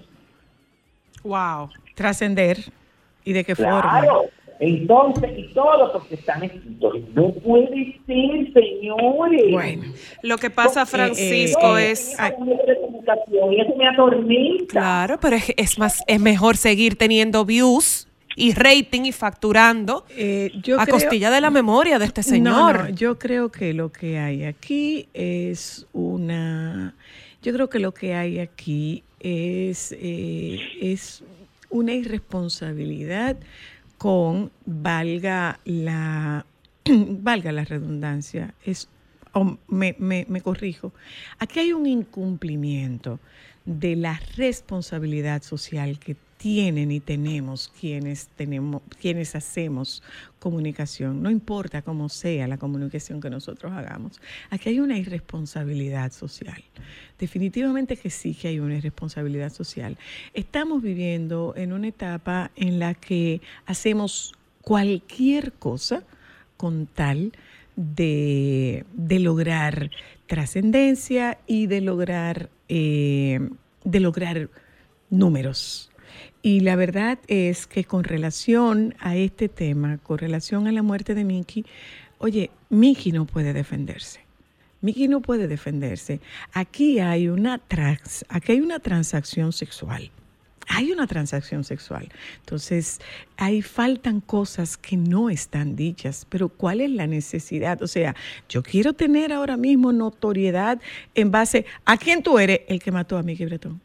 Wow. Trascender. ¿Y de qué forma? Claro, entonces, y todo porque están escritos. No puede ser, señores. Bueno, Lo que pasa, Francisco, eh, eh, es... Ay, de comunicación, y eso me atormenta. Claro, pero es, es más, es mejor seguir teniendo views y rating y facturando eh, yo a creo- costilla de la memoria de este señor. No, no, yo creo que lo que hay aquí es una... Yo creo que lo que hay aquí es, eh, es una irresponsabilidad con, valga la, valga la redundancia, es, oh, me, me, me corrijo, aquí hay un incumplimiento de la responsabilidad social que tienen y tenemos quienes tenemos, quienes hacemos comunicación, no importa cómo sea la comunicación que nosotros hagamos. Aquí hay una irresponsabilidad social. Definitivamente que sí que hay una irresponsabilidad social. Estamos viviendo en una etapa en la que hacemos cualquier cosa con tal de, de lograr trascendencia y de lograr, eh, de lograr números. Y la verdad es que con relación a este tema, con relación a la muerte de Mickey, oye, Mickey no puede defenderse. Mickey no puede defenderse. Aquí hay una trans, aquí hay una transacción sexual. Hay una transacción sexual. Entonces, ahí faltan cosas que no están dichas. Pero ¿cuál es la necesidad? O sea, yo quiero tener ahora mismo notoriedad en base a quién tú eres, el que mató a Mickey Bretón.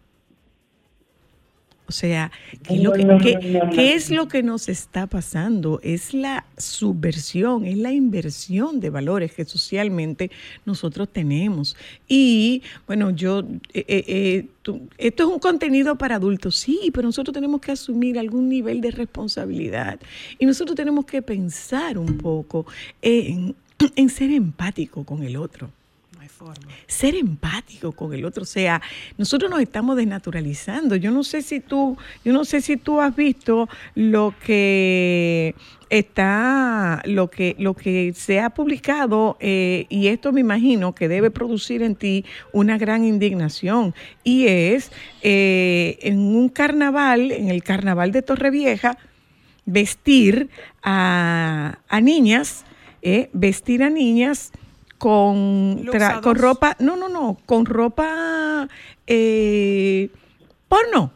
O sea, ¿qué es, lo que, qué, ¿qué es lo que nos está pasando? Es la subversión, es la inversión de valores que socialmente nosotros tenemos. Y, bueno, yo, eh, eh, tú, esto es un contenido para adultos, sí, pero nosotros tenemos que asumir algún nivel de responsabilidad. Y nosotros tenemos que pensar un poco en, en ser empático con el otro. hay forma. Ser empático con el otro, o sea, nosotros nos estamos desnaturalizando. Yo no sé si tú, yo no sé si tú has visto lo que está, lo que, lo que se ha publicado, eh, y esto me imagino que debe producir en ti una gran indignación, y es eh, en un carnaval, en el carnaval de Torrevieja, vestir a, a niñas, eh, vestir a niñas con, tra- con ropa, no, no, no, con ropa eh, porno.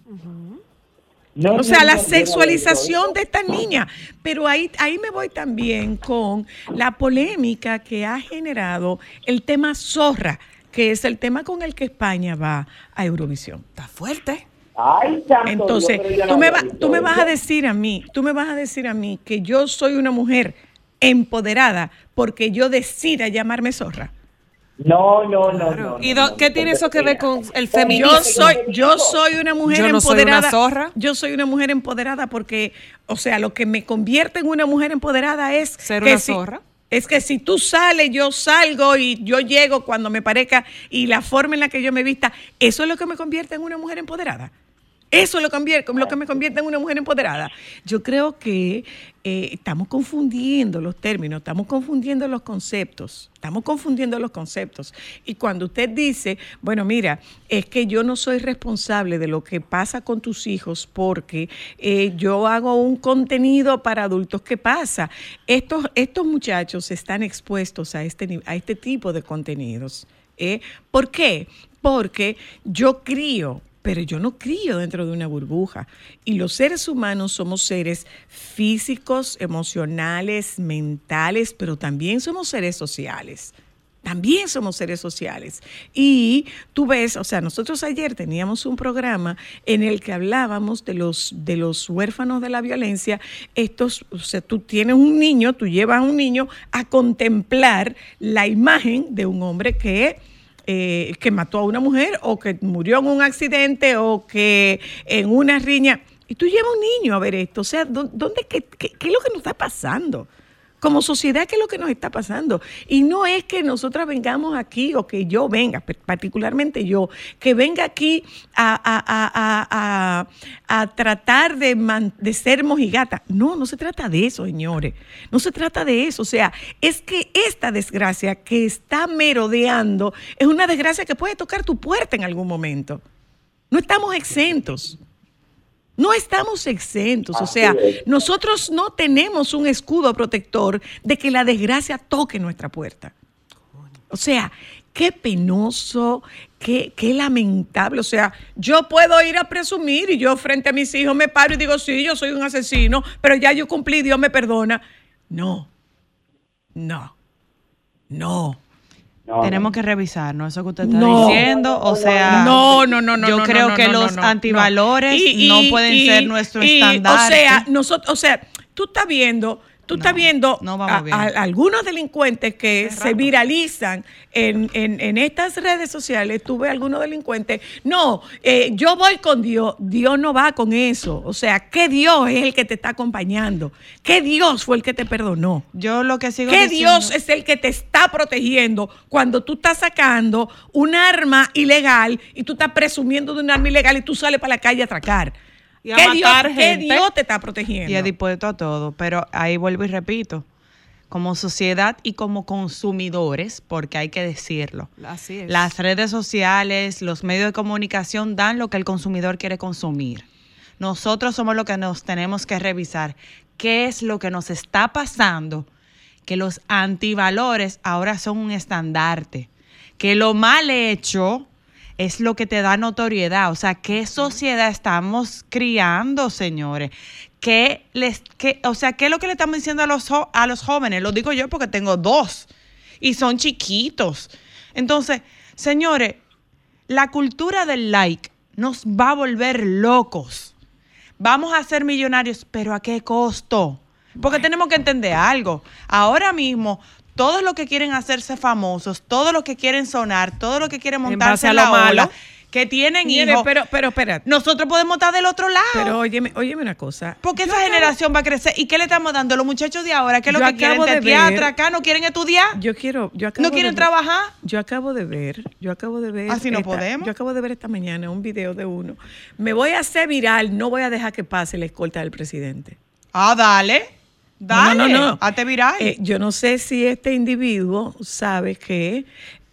No, O sea, no, la no, yo no sexualización lo de estas niñas. Pero ahí, ahí me voy también con la polémica que ha generado el tema zorra, que es el tema con el que España va a Eurovisión. Está fuerte. Ay, santo Entonces, Dios, pero yo no tú me, había va- visto tú me vas a eso. decir a mí, tú me vas a decir a mí que yo soy una mujer empoderada porque yo decida llamarme zorra. No, no, no, no. ¿Y no, do- no, qué no, tiene no, eso que ver mira. con el Yo feminismo? soy, yo soy una mujer Yo no soy una empoderada. zorra. Yo soy una mujer empoderada porque, o sea, lo que me convierte en una mujer empoderada es Ser que una si- zorra. Es que si tú sales, yo salgo y yo llego cuando me parezca y la forma en la que yo me vista, eso es lo que me convierte en una mujer empoderada. Eso es lo, convier- lo que me convierte en una mujer empoderada. Yo creo que eh, estamos confundiendo los términos, estamos confundiendo los conceptos, estamos confundiendo los conceptos. Y cuando usted dice, bueno, mira, es que yo no soy responsable de lo que pasa con tus hijos porque eh, yo hago un contenido para adultos, ¿qué pasa? Estos, estos muchachos están expuestos a este, ni- a este tipo de contenidos. ¿eh? ¿Por qué? Porque yo crío, pero yo no crío dentro de una burbuja. Y los seres humanos somos seres físicos, emocionales, mentales, pero también somos seres sociales. También somos seres sociales. Y tú ves, o sea, nosotros ayer teníamos un programa en el que hablábamos de los, de los huérfanos de la violencia. Estos, o sea, tú tienes un niño, tú llevas a un niño a contemplar la imagen de un hombre que Eh, que mató a una mujer o que murió en un accidente o que en una riña. Y tú llevas a un niño a ver esto. O sea, ¿dó- ¿dónde, qué, qué, qué es lo que nos está pasando? Como sociedad, ¿qué es lo que nos está pasando? Y no es que nosotras vengamos aquí o que yo venga, particularmente yo, que venga aquí a, a, a, a, a, a tratar de, man, de ser mojigata. No, no se trata de eso, señores. No se trata de eso. O sea, es que esta desgracia que está merodeando es una desgracia que puede tocar tu puerta en algún momento. No estamos exentos. No estamos exentos, o sea, nosotros no tenemos un escudo protector de que la desgracia toque nuestra puerta. O sea, qué penoso, qué, qué lamentable. O sea, yo puedo ir a presumir y yo frente a mis hijos me paro y digo, sí, yo soy un asesino, pero ya yo cumplí, Dios me perdona. No, no, no. No, Tenemos no. que revisarnos eso que usted está No. diciendo, o sea, No, no, no, no. yo no, creo no, que no, los no, no, antivalores Y- no y- pueden y- ser nuestro y, estandarte. O sea, nosotros, o sea, tú estás viendo, tú No, estás viendo no vamos a, bien. a- a algunos delincuentes que Hace se rato. viralizan en, en, en estas redes sociales. Tú ves algunos delincuentes. No, eh, yo voy con Dios. Dios no va con eso. O sea, ¿qué Dios es el que te está acompañando? ¿Qué Dios fue el que te perdonó? yo lo que sigo ¿Qué diciendo, Dios es el que te está protegiendo cuando tú estás sacando un arma ilegal y tú estás presumiendo de un arma ilegal y tú sales para la calle a atracar? Y a ¿Qué, Dios, matar qué gente. Dios te está protegiendo? y es dispuesto a todo, pero ahí vuelvo y repito, como sociedad y como consumidores, porque hay que decirlo. Así es. Las redes sociales, los medios de comunicación dan lo que el consumidor quiere consumir. Nosotros somos los que nos tenemos que revisar qué es lo que nos está pasando, que los antivalores ahora son un estandarte, que lo mal hecho es lo que te da notoriedad. O sea, ¿qué sociedad estamos criando, señores? ¿Qué les, qué, o sea, ¿qué es lo que le estamos diciendo a los, jo- a los jóvenes? Lo digo yo porque tengo dos y son chiquitos. Entonces, señores, la cultura del like nos va a volver locos. Vamos a ser millonarios, pero ¿a qué costo? Porque tenemos que entender algo. Ahora mismo, todos los que quieren hacerse famosos, todos los que quieren sonar, todos los que quieren En montarse base a en la lo malo. ola, que tienen Mire, hijos, pero, pero, espérate. nosotros podemos estar del otro lado. Pero óyeme, óyeme una cosa. Porque Yo esa acabo- generación va a crecer. ¿Y qué le estamos dando? Los muchachos de ahora, ¿qué es lo Yo que quieren? acabo de ¿Teatro ver- acá? ¿No quieren estudiar? Yo quiero, yo acabo ¿No quieren de ver- trabajar? Yo acabo de ver, yo acabo de ver. Así no esta- podemos. Yo acabo de ver esta mañana un video de uno. Me voy a hacer viral, no voy a dejar que pase la escolta del presidente. Ah, dale. Dale. No, no, no, no. Hazte viral. Eh, yo no sé si este individuo sabe que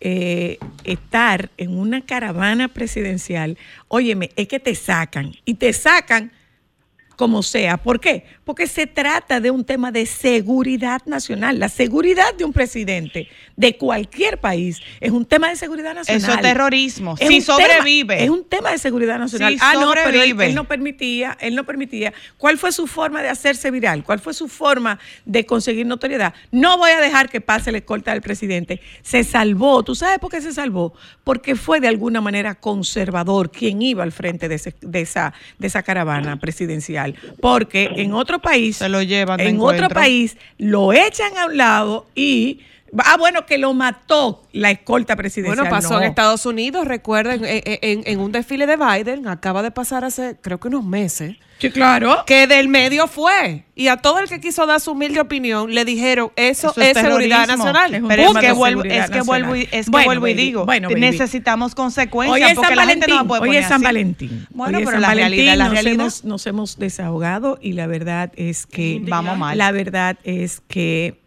eh, estar en una caravana presidencial, óyeme, es que te sacan y te sacan como sea. ¿Por qué? Porque se trata de un tema de seguridad nacional. La seguridad de un presidente de cualquier país es un tema de seguridad nacional. Eso es terrorismo. Es Si un sobrevive. tema- es un tema de seguridad nacional. Si ah, no, pero él, sobrevive. él no permitía, él no permitía. ¿Cuál fue su forma de hacerse viral? ¿Cuál fue su forma de conseguir notoriedad? No voy a dejar que pase la escolta del presidente. Se salvó. ¿Tú sabes por qué se salvó? Porque fue de alguna manera conservador quien iba al frente de, ese- de esa, de esa caravana presidencial. Porque en otro país, Se lo llevan de en otro encuentro. país, lo echan a un lado y ah, bueno, que lo mató la escolta presidencial. Bueno, pasó No. en Estados Unidos, recuerden, en, en- en un desfile de Biden, acaba de pasar hace, creo que unos meses, Sí, claro. que del medio fue. Y a todo el que quiso dar su humilde opinión, le dijeron, eso, Eso es, seguridad terrorismo. nacional. Es un Pero tema es que de vuelvo, seguridad es que vuelvo, y, nacional. es que Bueno, vuelvo y baby, digo, bueno, baby. necesitamos Hoy consecuencias es porque San la gente no Valentín. la puede Hoy poner es San así. Valentín. Bueno, Hoy es pero San la Valentín, realidad, la nos realidad. Hemos, nos hemos desahogado y la verdad es que Vamos mal. La verdad es que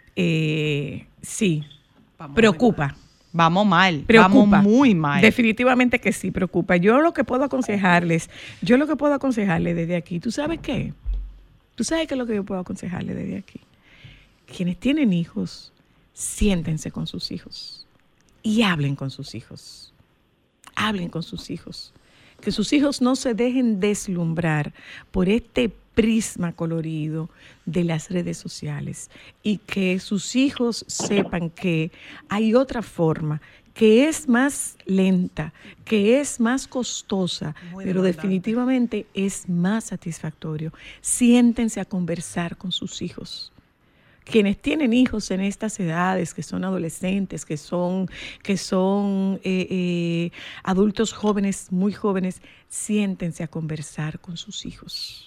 eh, sí, preocupa. Vamos mal, Preocupa. vamos muy mal. Definitivamente que sí, preocupa. Yo lo que puedo aconsejarles, yo lo que puedo aconsejarles desde aquí, ¿tú sabes qué? ¿Tú sabes qué es lo que yo puedo aconsejarles desde aquí? Quienes tienen hijos, siéntense con sus hijos y hablen con sus hijos. Hablen con sus hijos. Que sus hijos no se dejen deslumbrar por este prisma colorido de las redes sociales y que sus hijos sepan que hay otra forma que es más lenta, que es más costosa, pero definitivamente es más satisfactorio. Siéntense a conversar con sus hijos. Quienes tienen hijos en estas edades, que son adolescentes, que son, que son eh, eh, adultos jóvenes, muy jóvenes, siéntense a conversar con sus hijos.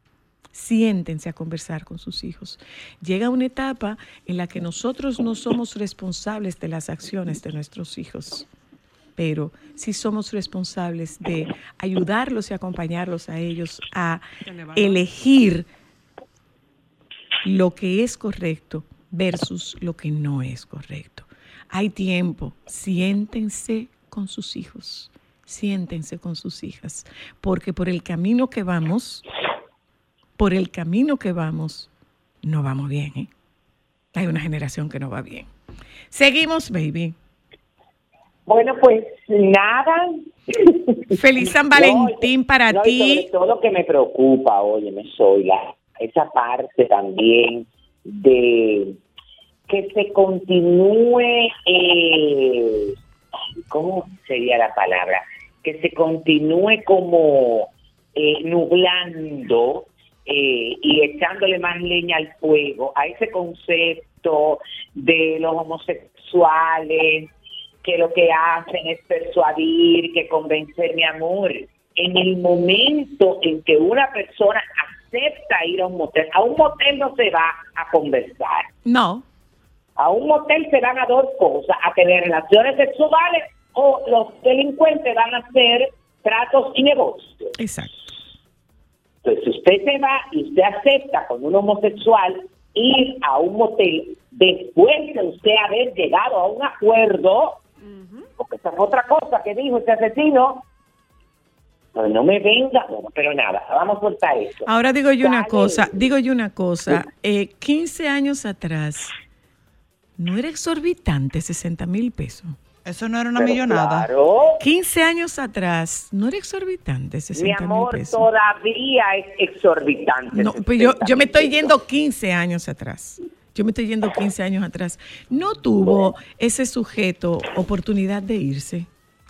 Siéntense a conversar con sus hijos. Llega una etapa en la que nosotros no somos responsables de las acciones de nuestros hijos, pero sí somos responsables de ayudarlos y acompañarlos a ellos a elegir lo que es correcto versus lo que no es correcto. Hay tiempo, siéntense con sus hijos, siéntense con sus hijas, porque por el camino que vamos, por el camino que vamos, no vamos bien, ¿eh? Hay una generación que no va bien. Seguimos, baby. Bueno, pues nada. Feliz San Valentín para No, y ti. sobre todo lo que me preocupa, óyeme, soy la, esa parte también de que se continúe, eh, ¿cómo sería la palabra? Que se continúe como eh, nublando eh, y echándole más leña al fuego a ese concepto de los homosexuales, que lo que hacen es persuadir, que convencer, mi amor. En el momento en que una persona acepta ir a un motel, a un motel no se va a conversar. No. A un motel se van a dos cosas, a tener relaciones sexuales o los delincuentes van a hacer tratos y negocios. Exacto. Entonces, si usted se va y usted acepta con un homosexual ir a un motel después de usted haber llegado a un acuerdo, porque esa es otra cosa que dijo este asesino, no, no me venga, bueno, pero nada, vamos a soltar eso. Ahora digo yo una Dale. cosa, digo yo una cosa, eh, quince años atrás, ¿no era exorbitante sesenta mil pesos? Eso no era una Pero millonada. Claro, quince años atrás, ¿no era exorbitante mi sesenta mil amor, pesos? todavía es exorbitante. No, pues yo, yo me estoy sesenta mil yendo quince años atrás. Yo me estoy yendo quince años atrás. ¿No tuvo ese sujeto oportunidad de irse?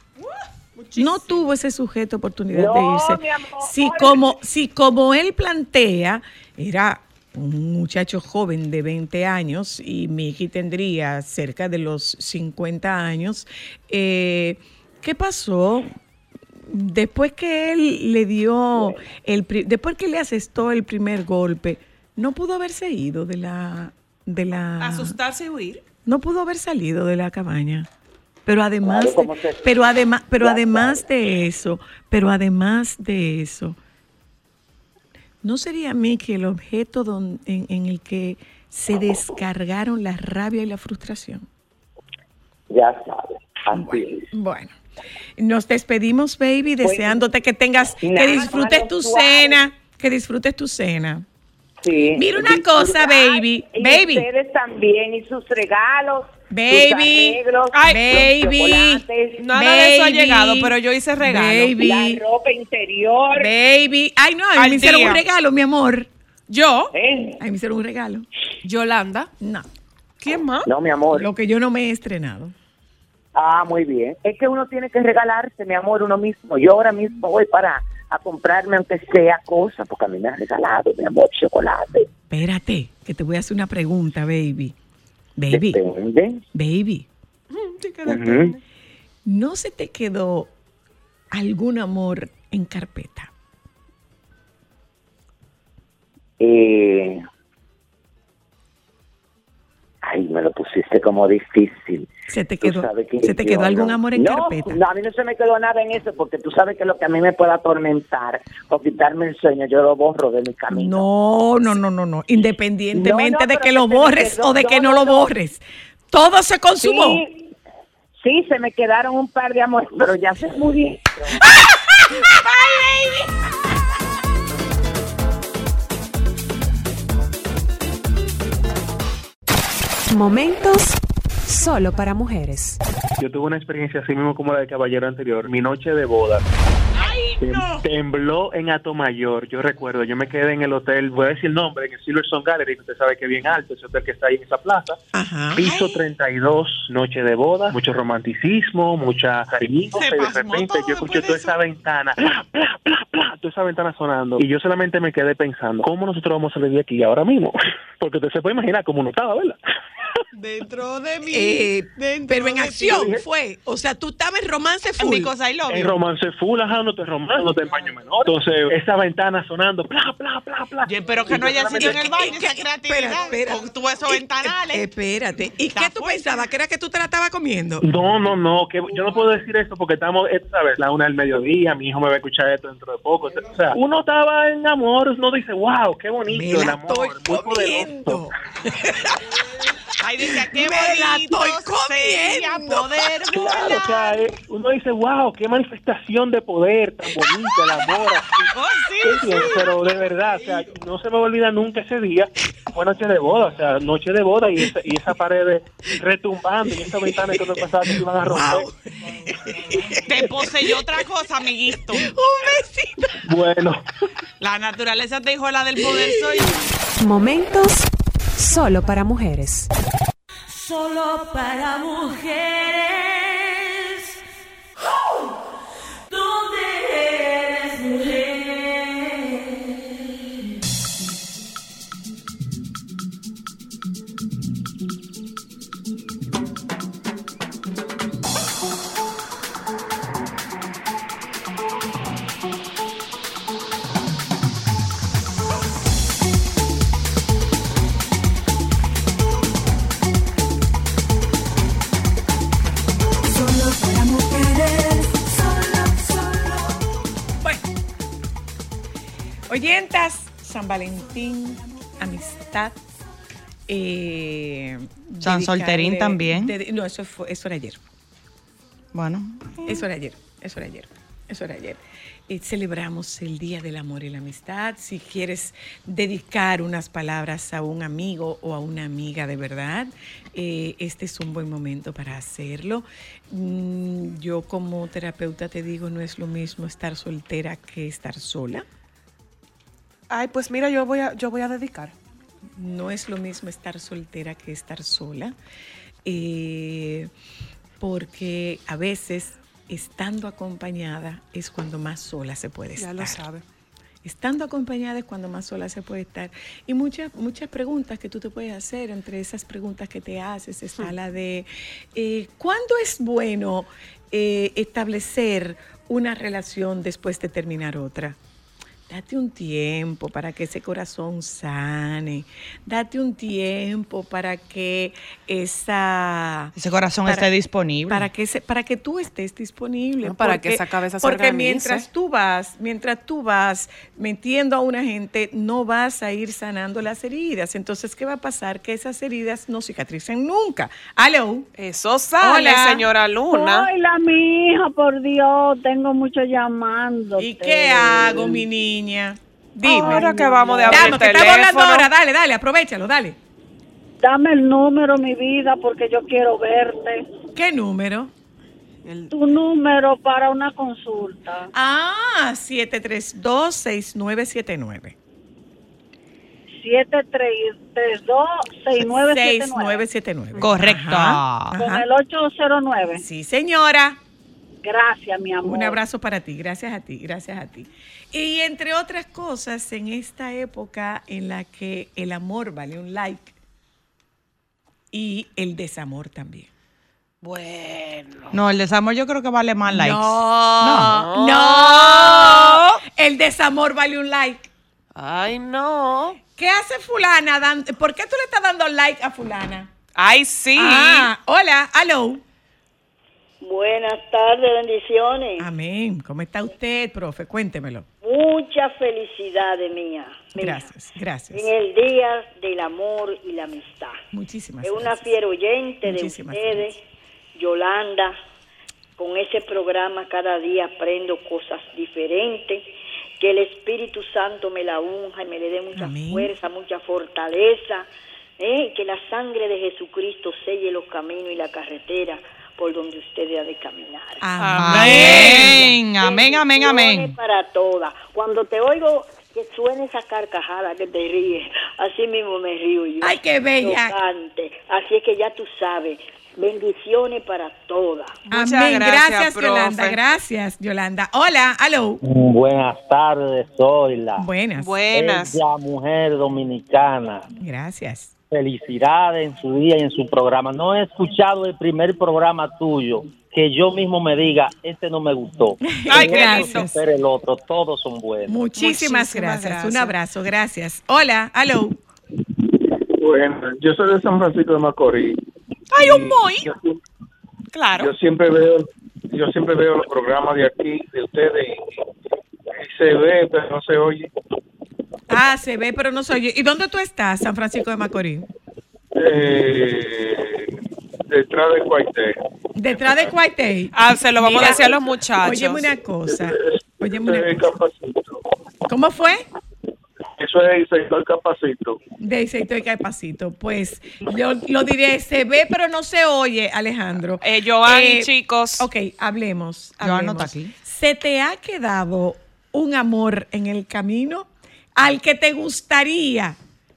No tuvo ese sujeto oportunidad No, de irse. mi amor. Si como, si como él plantea, era un muchacho joven de veinte años y Miki tendría cerca de los cincuenta años, eh, ¿qué pasó? después que él le dio, el, pri- después que le asestó el primer golpe, no pudo haberse ido de la, de la, Asustarse y huir. no pudo haber salido de la cabaña. Pero además, Claro, como de, se- pero además, pero Ya, además claro. de eso, pero además de eso, ¿no sería a mí que el objeto don- en, en el que se descargaron la rabia y la frustración? Ya sabes, así es. Bueno, nos despedimos, baby, deseándote que tengas, que nada, disfrutes mano tu suave. cena, que disfrutes tu cena. Sí. Mira una cosa, baby, Y baby. ustedes también, y sus regalos. Baby. sus arreglos, Ay, los baby. chocolates, Nada de eso ha Baby. llegado, pero yo hice regalo. Baby. la ropa interior. Baby, ay no, a mí Al me hicieron día. un regalo, mi amor. Yo, ¿Eh? A mí me hicieron un regalo. Yolanda. No, ¿Quién más? No, mi amor. lo que yo no me he estrenado. Ah, muy bien. Es que uno tiene que regalarse, mi amor, uno mismo. Yo ahora mismo voy para a comprarme aunque sea cosa, porque a mí me han regalado, mi amor, chocolate. Espérate, que te voy a hacer una pregunta, baby. Baby, Depende. baby, Ujú. ¿no se te quedó algún amor en carpeta? Eh... Ay, me lo pusiste como difícil. ¿Se te Tú quedó, sabes que ¿se te yo quedó algún no- amor en no, carpeta? No, a mí no se me quedó nada en eso, porque tú sabes que lo que a mí me puede atormentar o quitarme el sueño, yo lo borro de mi camino. No, no, no, no, no. Independientemente No, no, de pero que lo que se me borres quedó- o de que no, no, no, lo no. borres. Todo se consumó. Sí, sí, se me quedaron un par de amores, pero ya se murieron. Momentos solo para mujeres. Yo tuve una experiencia así mismo como la del caballero anterior, mi noche de boda. Tem- Tembló en Atomayor, yo recuerdo, yo me quedé en el hotel, voy a decir el nombre, en el Silverstone Gallery, que usted sabe que es bien alto, ese hotel que está ahí en esa plaza. Ajá. Piso treinta y dos, noche de boda, mucho romanticismo, mucha cariño, Se y de pasmó repente todo yo escuché después de toda eso. esa ventana, bla, bla, bla, bla, toda esa ventana sonando, y yo solamente me quedé pensando, ¿cómo nosotros vamos a salir de aquí ahora mismo? Porque usted se puede imaginar cómo no estaba, ¿verdad? Dentro de mí. Eh, dentro pero en de acción ti. fue. O sea, tú estabas en romance En full. Because I Love En You. romance full, ajá, no te romance, no te empaño menor. Entonces, esa ventana sonando, bla, bla, bla, bla. Yo espero que Y no yo haya solamente- sido en el baño esa creatividad. Con tu esos Y- ventanales. eh, Espérate. ¿Y Está qué tú fuerte. pensabas? ¿Que era que tú te la estabas comiendo? No, no, no, que yo no puedo decir eso porque estamos, eh, ¿sabes? La una del mediodía, mi hijo me va a escuchar esto dentro de poco. O sea, uno estaba en amor, uno dice, wow, qué bonito Me el la amor, estoy muy comiendo. poderoso. Ay, dice, qué Me la bonito estoy sería comiendo. poder Claro, o sea, volar. eh, uno dice, wow, qué manifestación de poder tan bonita, el amor. así. Oh, sí, Qué bien, pero de verdad, o sea, no se me va a olvidar nunca ese día. Fue noche de boda, o sea, noche de boda y esa, y esa pared retumbando y esa ventana que no pasaba que se iban a romper. Wow. Te poseyó otra cosa, amiguito. Un besito. Bueno, La naturaleza te dijo la del poder soy. Momentos solo para mujeres. Solo para mujeres. ¿Dónde eres mujer? Solo para mujeres. Solo, solo. Bueno. Oyentas, San Valentín, amistad. Eh, San dedicarle- Solterín también. dedi- no, eso, fue, eso era ayer. Bueno, Eso era ayer, eso era ayer, eso era ayer. Y celebramos el Día del Amor y la Amistad. Si quieres dedicar unas palabras a un amigo o a una amiga de verdad, eh, este es un buen momento para hacerlo. Mm, yo como terapeuta te digo, no es lo mismo estar soltera que estar sola. Ay, pues mira, yo voy a, yo voy a dedicar. No es lo mismo estar soltera que estar sola, eh, porque a veces estando acompañada es cuando más sola se puede Ya estar. lo sabe. Estando acompañada es cuando más sola se puede estar. Y muchas muchas preguntas que tú te puedes hacer, entre esas preguntas que te haces está la de eh, ¿cuándo es bueno eh, establecer una relación después de terminar otra? Date un tiempo para que ese corazón sane. Date un tiempo para que esa ese corazón para, esté disponible. Para que ese, para que tú estés disponible. No, para porque, que esa cabeza se Porque organice. mientras tú vas, mientras tú vas metiendo a una gente, no vas a ir sanando las heridas. Entonces, ¿qué va a pasar? Que esas heridas no cicatricen nunca. Aló. Eso sale, Hola. señora Luna. Hola, mi hija, por Dios, tengo mucho llamando. ¿Y qué hago, mi niña? Dime. Ahora que vamos de abrir Dame, el que estamos hablando teléfono. ahora. Dale, dale, aprovechalo, dale. Dame el número, mi vida, porque yo quiero verte. ¿Qué número? Tu número para una consulta. Ah, siete tres dos, seis nueve siete nueve. siete tres dos, seis nueve siete nueve. seis nueve siete nueve. Correcto. Ajá, Con ajá. el ocho cero nueve. Sí, señora. Gracias, mi amor. Un abrazo para ti, gracias a ti, gracias a ti. Y entre otras cosas, en esta época en la que el amor vale un like y el desamor también. Bueno. No, el desamor yo creo que vale más likes. No, no, el desamor vale un like. Ay, no. ¿Qué hace fulana? Dan- ¿Por qué tú le estás dando like a fulana? Ay, sí. Ah, hola, aló. Buenas tardes, bendiciones. Amén. ¿Cómo está usted, profe? Cuéntemelo. Muchas felicidades mía. mía. Gracias, gracias. En el Día del Amor y la Amistad. Muchísimas Es una gracias. fiel oyente Muchísimas de ustedes, Yolanda. Con ese programa cada día aprendo cosas diferentes. Que el Espíritu Santo me la unja y me le dé mucha Amén. fuerza, mucha fortaleza. ¿eh? Que la sangre de Jesucristo selle los caminos y la carretera por donde usted ha de caminar. Amén, amén, amén, amén. Bendiciones para todas. Cuando te oigo que suene esa carcajada que te ríes, así mismo me río yo. Ay, qué bella. Tocante. Así es que ya tú sabes. Bendiciones para todas. Muchas Amén. gracias, Gracias, profe. Yolanda. Gracias, Yolanda. Hola, aló. Buenas tardes, soy la Buenas. Buenas. bella mujer dominicana. Gracias. Felicidades en su día y en su programa. No he escuchado el primer programa tuyo que yo mismo me diga, este no me gustó. Ay, El qué otro lindo. sin ser el otro, todos son buenos. Muchísimas, Muchísimas gracias. gracias. Un abrazo, gracias. Hola, aló. Bueno, yo soy de San Francisco de Macorís. Ay, un boy. Yo, Claro. yo siempre veo, yo siempre veo los programas de aquí, de ustedes, y, y se ve, pero no se oye. Ah, se ve, pero no se oye. ¿Y dónde tú estás, San Francisco de Macorís? Eh, detrás de Cuartel. Detrás de Cuartel. Ah, se lo vamos Mira, a decir a los muchachos. Óyeme una cosa. Óyeme Ese una es cosa. Capacito. ¿Cómo fue? Eso es el sector Capacito. De Iseito y Capacito. Pues yo lo diré, se ve pero no se oye, Alejandro. Eh, Giovanni, Eh, chicos. Ok, hablemos. Giovanni no hablemos. está aquí. ¿Se te ha quedado un amor en el camino al que te gustaría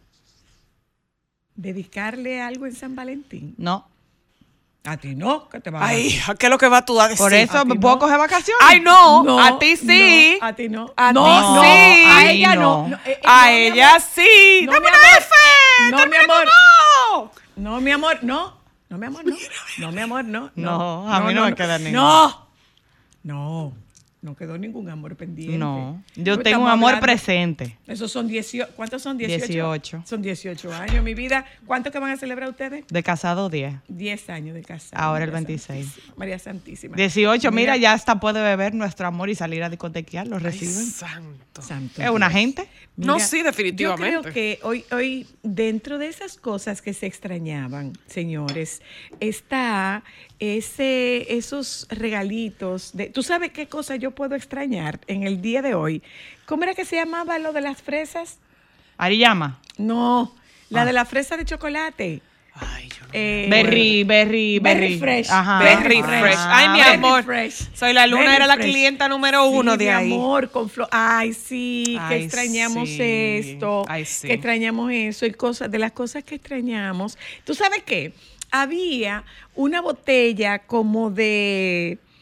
dedicarle algo en San Valentín? No. A ti no, que te va a Ay, ¿a qué es lo que va tú a decir? Por eso a ti me puedo no. coger vacaciones. Ay, no, No, a ti sí. no, a ti no. A no, ti no, sí. a A ella mí no. no. No, eh, eh, A no, mi ella amor. sí. No, ¡Dame mi una amor. F! No, ¡Dame mi una amor. no! No, mi amor, no. No, mi amor, no. No, mi amor, no. No, a mí no me queda ninguno. No. No. No quedó ningún amor pendiente. No. Yo No tengo un estamos amor hablando- presente. Esos son dieciocho. ¿Cuántos son? dieciocho. dieciocho. Son dieciocho años, mi vida. ¿Cuántos que van a celebrar ustedes? De casado diez. diez años de casado. Ahora el María veintiséis. Santísima. María Santísima. dieciocho, mira, ya hasta puede beber nuestro amor y salir a discotequear, lo reciben. Santo. Santo Es una Dios. gente. No, Mira, sí, definitivamente. Yo creo que hoy, hoy, dentro de esas cosas que se extrañaban, señores, está ese, esos regalitos. De, ¿tú sabes qué cosa yo puedo extrañar en el día de hoy? ¿Cómo era que se llamaba lo de las fresas? Ariyama. No, la Ah. de la fresa de chocolate. Ay, yo no. Eh, Berry, berry, berry. Berry fresh. Ajá. Berry Berry fresh. Ay, mi Berry amor. fresh. Soy la Luna, Berry era la fresh. clienta número uno Sí, de mi ahí. amor, con flor. Ay, sí, que Ay, extrañamos sí. esto. Ay, sí. Que extrañamos eso y cosas, de las cosas que extrañamos. ¿Tú sabes qué? Había una botella como de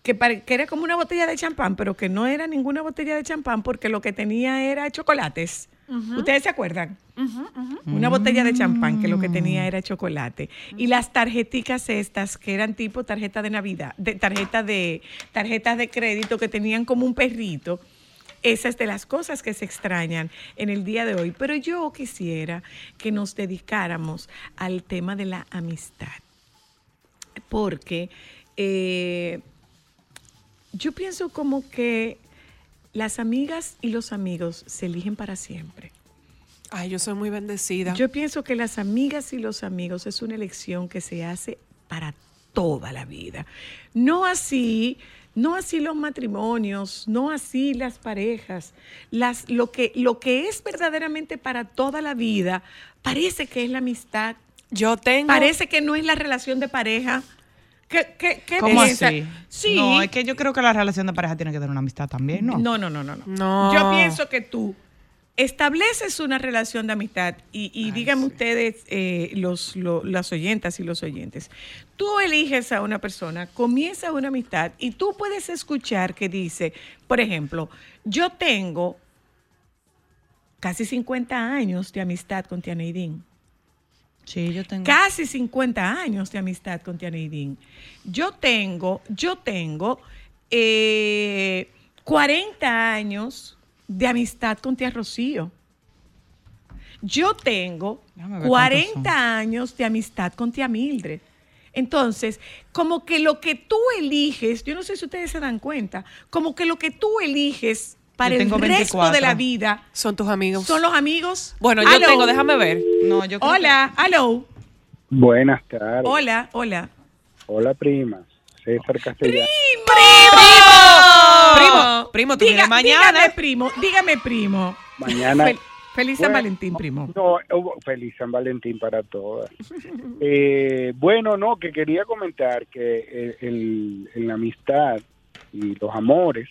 que, pare- que era como una botella de champán, pero que no era ninguna botella de champán porque lo que tenía era chocolates. Ujú. ¿Ustedes se acuerdan? Ujú, ujú. Una botella de champán que lo que tenía era chocolate. Y las tarjeticas estas que eran tipo tarjeta de Navidad, de tarjeta de tarjetas de crédito que tenían como un perrito. Esa es de las cosas que se extrañan en el día de hoy. Pero yo quisiera que nos dedicáramos al tema de la amistad. Porque eh, yo pienso como que las amigas y los amigos se eligen para siempre. Ay, yo soy muy bendecida. Yo pienso que las amigas y los amigos es una elección que se hace para toda la vida. No así, no así los matrimonios, no así las parejas. Las, lo, que, lo que es verdaderamente para toda la vida parece que es la amistad. Yo tengo... Parece que no es la relación de pareja. ¿Qué, qué, qué ¿Cómo piensa? así? Sí. No, es que yo creo que la relación de pareja tiene que tener una amistad también, ¿no? No, no, no, no. no. No. Yo pienso que tú estableces una relación de amistad y, y díganme ustedes, eh, los, lo- las oyentas y los oyentes, tú eliges a una persona, comienza una amistad y tú puedes escuchar que dice, por ejemplo, yo tengo casi cincuenta años de amistad con Tia Neidín. Sí, yo tengo. Casi cincuenta años de amistad con Tia Neidín. Yo tengo, yo tengo eh, cuarenta años de amistad con Tía Rocío. Yo tengo Déjame ver cuarenta cuántos son. años de amistad con Tía Mildred. Entonces, como que lo que tú eliges, yo no sé si ustedes se dan cuenta, como que lo que tú eliges para Yo el tengo resto veinticuatro. de la vida Son tus amigos. son los amigos. Bueno, yo Aló. tengo, déjame ver. No, yo creo Hola, aló. Buenas tardes. Hola, hola. Hola, primas. César Castellano. Primo, primo, tú vienes mañana. Dígame, primo, dígame, primo. Mañana. Fel- feliz San Bueno, Valentín, primo. No, hubo- feliz San Valentín para todas. Eh, bueno, no, que quería comentar que eh, el- en la amistad y los amores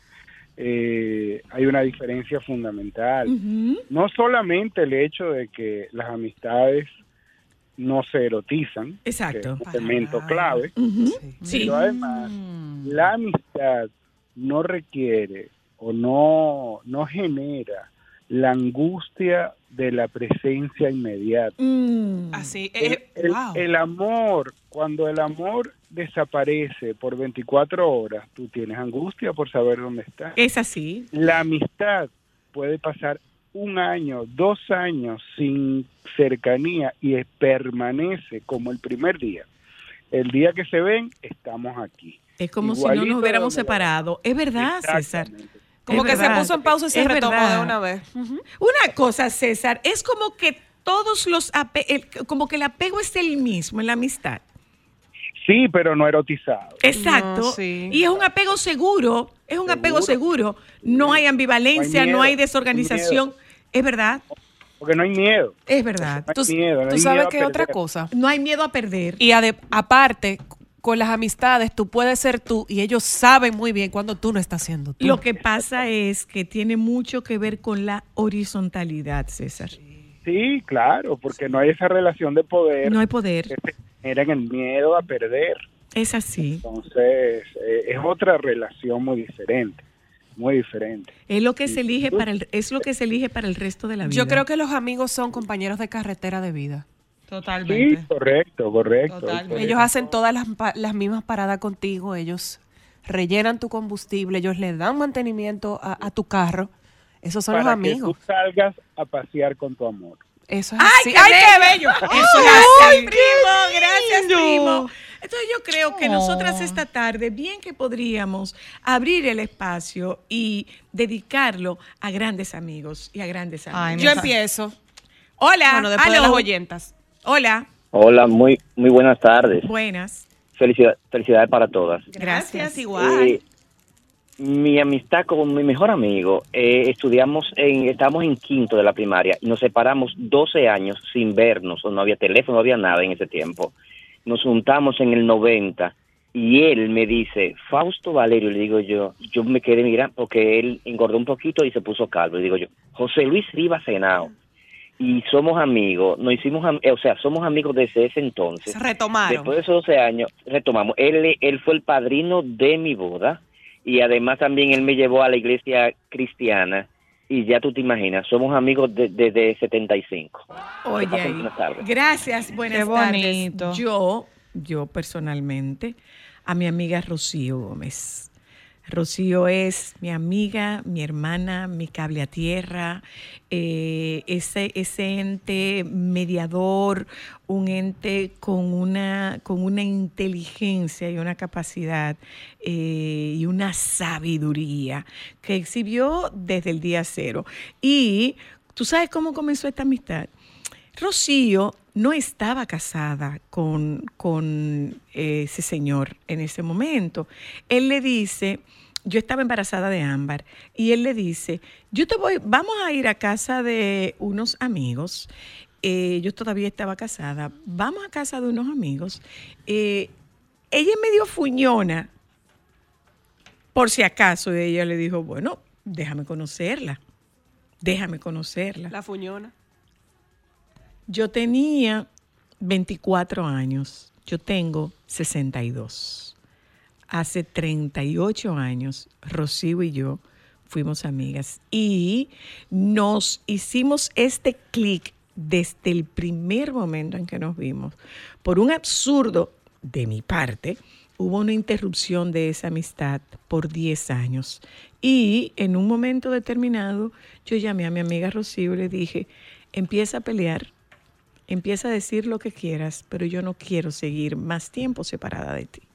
eh, hay una diferencia fundamental. Ujú. No solamente el hecho de que las amistades no se erotizan, Exacto. que es un elemento clave, Ujú. Sí. pero además la amistad no requiere o no, no genera la angustia de la presencia inmediata. Mm. Así, El, eh, el- wow. el amor, cuando el amor desaparece por veinticuatro horas, tú tienes angustia por saber dónde está. Es así. La amistad puede pasar un año, dos años sin cercanía y es- permanece como el primer día. El día que se ven, estamos aquí. Es como si no Igualito nos hubiéramos de donde la- separado. Es verdad, César. Exactamente. Como Es que se verdad. puso en pausa y se Es retomó verdad. de una vez. Ujú. Una cosa, César, es como que todos los ape- el- como que el apego es el mismo en la amistad. Sí, pero no erotizado. Exacto. No, sí. Y es un apego seguro, es un apego Seguro. seguro. No hay ambivalencia, No hay no hay miedo, desorganización. Es verdad, Porque no hay miedo. es verdad. No hay Tú, miedo. no tú hay sabes miedo a que otra perder. cosa. No hay miedo a perder. Y ade- aparte, con las amistades, tú puedes ser tú y ellos saben muy bien cuando tú no estás siendo tú. Lo que pasa es que tiene mucho que ver con la horizontalidad, César. Sí, claro, porque no hay esa relación de poder No hay poder. que se genera en el miedo a perder. Es así. Entonces, eh, es otra relación muy diferente, muy diferente. Es lo que se elige para el, es lo que se elige para el resto de la vida. Yo creo que los amigos son compañeros de carretera de vida. Sí, Totalmente. correcto, correcto. Totalmente. Ellos hacen todas las, pa- las mismas paradas contigo, ellos rellenan tu combustible, ellos le dan mantenimiento a, a tu carro. Esos son para los que amigos. tú salgas a pasear con tu amor. Eso es ¡Ay, así. qué ¡Ay, qué bello! bello! Eso es así, primo. Gracias, primo. Entonces yo creo que Oh. nosotras esta tarde, bien que podríamos abrir el espacio y dedicarlo a grandes amigos y a grandes amigos. Ay, Yo me- empiezo. Hola, Bueno, después de aló. las oyentas. Hola, Hola, muy muy buenas tardes. buenas. Felicidad, felicidades para todas. Gracias. igual. Eh, mi amistad con mi mejor amigo, eh, estudiamos en, estábamos en quinto de la primaria y nos separamos doce años sin vernos, o no había teléfono, no había nada en ese tiempo. Nos juntamos en el noventa y él me dice, Fausto Valerio, le digo yo, yo me quedé mirando porque él engordó un poquito y se puso calvo, le digo yo, José Luis Rivas Henao. y somos amigos, nos hicimos, am- o sea, somos amigos desde ese entonces. Se retomaron. Después de esos doce años, retomamos. Él, él fue el padrino de mi boda y además también él me llevó a la iglesia cristiana y ya tú te imaginas, somos amigos de- desde setenta y cinco. Oye, Que pasen ahí. buenas tardes. Gracias, buenas Qué tardes. bonito. Yo, yo personalmente, a mi amiga Rocío Gómez. Rocío es mi amiga, mi hermana, mi cable a tierra, eh, ese, ese ente mediador, un ente con una, con una inteligencia y una capacidad eh, y una sabiduría que exhibió desde el día cero. Y ¿tú sabes cómo comenzó esta amistad? Rocío no estaba casada con, con eh, ese señor en ese momento. Él le dice, yo estaba embarazada de Ámbar, y él le dice, yo te voy, vamos a ir a casa de unos amigos. Eh, yo todavía estaba casada. Vamos a casa de unos amigos. Eh, ella es medio fuñona, por si acaso. Y ella le dijo, bueno, déjame conocerla. Déjame conocerla. La fuñona. Yo tenía veinticuatro años, yo tengo sesenta y dos. Hace treinta y ocho años, Rocío y yo fuimos amigas y nos hicimos este clic desde el primer momento en que nos vimos. Por un absurdo de mi parte, hubo una interrupción de esa amistad por diez años. Y en un momento determinado, yo llamé a mi amiga Rocío y le dije, empieza a pelear. Empieza a decir lo que quieras, pero yo no quiero seguir más tiempo separada de ti.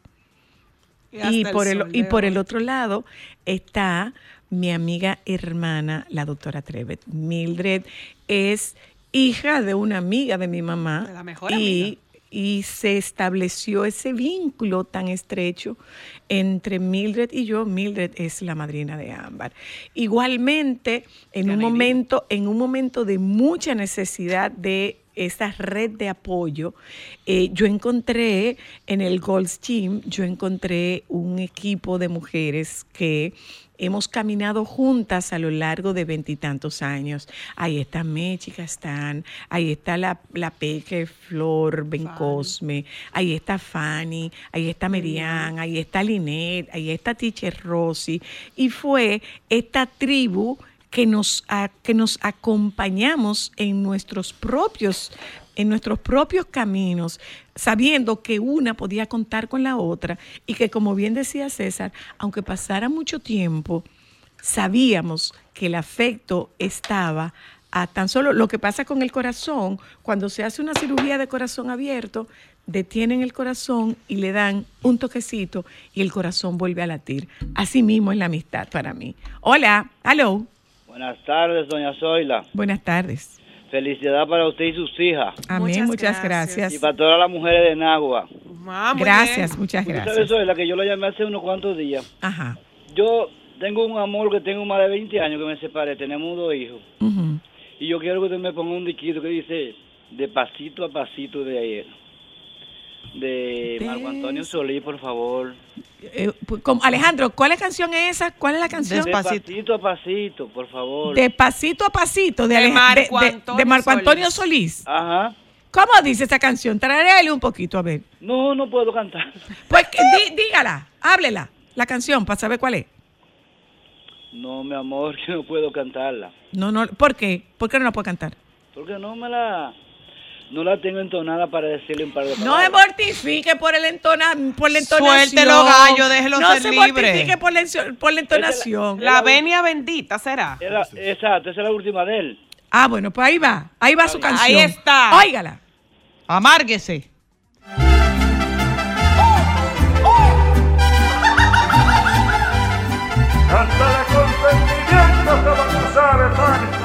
Y, y por el, y por el otro lado está mi amiga hermana, la doctora Trevet. Mildred es hija de una amiga de mi mamá. De la mejor y, amiga. Y se estableció ese vínculo tan estrecho entre Mildred y yo. Mildred es la madrina de Ámbar. Igualmente, en un momento, en un momento de mucha necesidad de esa red de apoyo, eh, yo encontré en el Gold's Gym, yo encontré un equipo de mujeres que hemos caminado juntas a lo largo de veintitantos años. Ahí está Mechi Castán, ahí está la, la Peque Flor Bencosme, ahí está Fanny, ahí está Merian, ahí está Linet, ahí está Teacher Rosy, y fue esta tribu que nos, a, que nos acompañamos en nuestros propios, en nuestros propios caminos, sabiendo que una podía contar con la otra y que, como bien decía César, aunque pasara mucho tiempo, sabíamos que el afecto estaba a tan solo. Lo que pasa con el corazón, cuando se hace una cirugía de corazón abierto, detienen el corazón y le dan un toquecito y el corazón vuelve a latir. Así mismo es la amistad para mí. Hola, hello. Buenas tardes, doña Zoila. Buenas tardes. Felicidad para usted y sus hijas. Amén, muchas, muchas gracias. gracias. Y para todas las mujeres de Nagua. Ah, gracias, bien. muchas Usted gracias. sabe, Zoila, que yo lo llamé hace unos cuantos días. Ajá. Yo tengo un amor que tengo más de veinte años que me separé, tenemos dos hijos. Uh-huh. Y yo quiero que usted me ponga un diquito que dice, de pasito a pasito de ayer. De Des... Marco Antonio Solís, por favor. Eh, Alejandro, ¿cuál es la canción esa? ¿Cuál es la canción? De pasito a pasito, por favor. De pasito a pasito, de, de, Alej Marco, de, Antonio de, de Marco Solís. Antonio Solís. Ajá. ¿Cómo dice esa canción? Tararéale un poquito, a ver. No, no puedo cantar. Pues dí, dígala, háblela, la canción, para saber cuál es. No, mi amor, que no puedo cantarla. No, no, ¿por qué? ¿Por qué no la puedo cantar? Porque no me la... No la tengo entonada para decirle un par de palabras. No se mortifique por, el entona, por la entonación. Suelte los gallos, déjelo no ser se libre. No se mortifique por la, por la entonación. La, la venia bendita será. Era, exacto, esa es la última de él. Ah, bueno, pues ahí va. Ahí va su canción. Ahí está. Óigala. Amárguese. Cántale con sentimiento que va a cruzar el pánico.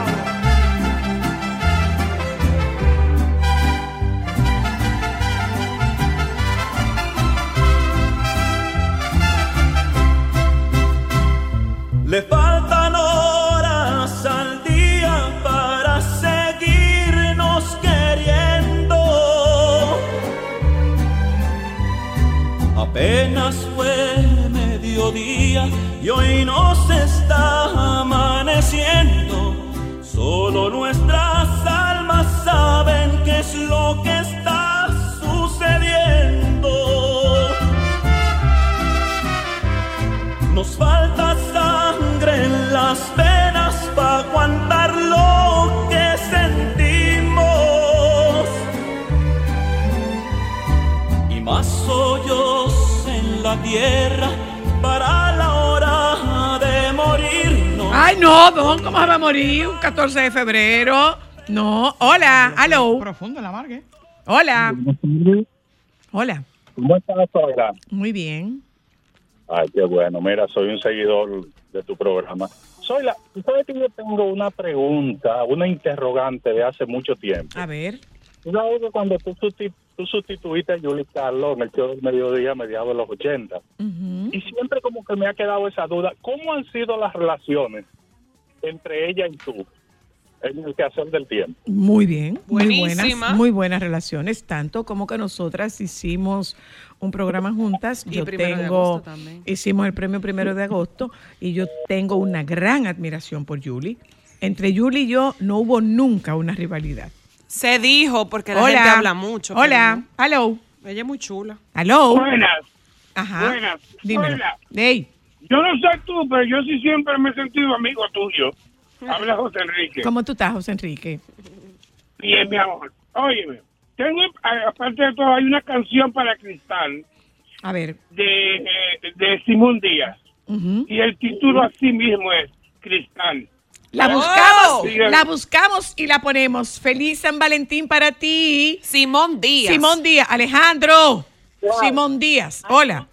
Le faltan horas al día para seguirnos queriendo. Apenas fue mediodía y hoy nos está amaneciendo. Solo nuestras almas tierra para la hora de morirnos. Ay, no, don, ¿cómo se va a morir un catorce de febrero? No, hola, hello. Profundo en la marca. Hola. Hola. ¿Cómo estás, Soyla? Muy bien. Ay, qué bueno. Mira, soy un seguidor de tu programa. Soyla, tú sabes que yo tengo una pregunta, una interrogante de hace mucho tiempo. A ver. Tú sabes que cuando tú, sustitu- tú sustituiste a Julie Carlos en el show del mediodía a mediados de los ochenta, Uh-huh. y siempre como que me ha quedado esa duda, ¿cómo han sido las relaciones entre ella y tú en el quehacer del tiempo? Muy bien, muy Buenísima. buenas, muy buenas relaciones, tanto como que nosotras hicimos un programa juntas. Y Yo primero de tengo, agosto también. hicimos el premio primero de agosto y yo tengo una gran admiración por Julie. Entre Julie y yo no hubo nunca una rivalidad. Se dijo porque la Hola. gente habla mucho. pero Hola, no. hello, Ella es muy chula. hello. Buenas. Ajá. Buenas. Dímelo. Hola. Hey, Yo no sé tú, pero yo sí siempre me he sentido amigo tuyo. Habla José Enrique. ¿cómo tú estás, José Enrique? Bien, mi amor. Óyeme, tengo, a- aparte de todo, hay una canción para Cristal A ver. de, eh, de Simón Díaz. Ujú. Y el título así mismo es Cristal. La Oh. buscamos, Sí, la buscamos y la ponemos. Feliz San Valentín para ti. Simón Díaz. Simón Díaz, Alejandro. Simón Díaz, hola.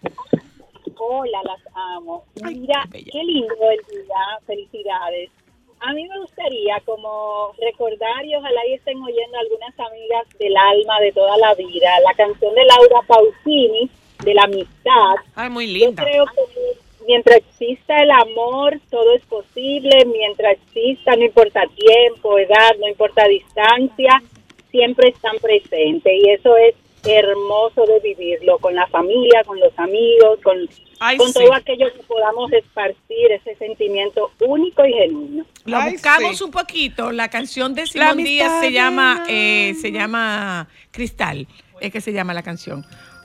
Hola, las amo. Mira, qué lindo el día, felicidades. A mí me gustaría como recordar y ojalá y estén oyendo algunas amigas del alma de toda la vida, la canción de Laura Pausini, de la amistad. Ay, muy linda. Yo creo que mientras exista el amor, todo es posible, mientras exista, no importa tiempo, edad, no importa distancia, siempre están presentes y eso es hermoso de vivirlo con la familia, con los amigos, con, Ay, con sí. todo aquello que podamos esparcir, ese sentimiento único y genuino. Lo Ay, buscamos sí. un poquito. La canción de La Simón amistad Díaz se de llama, alma. eh, se llama Cristal. Es que se llama la canción.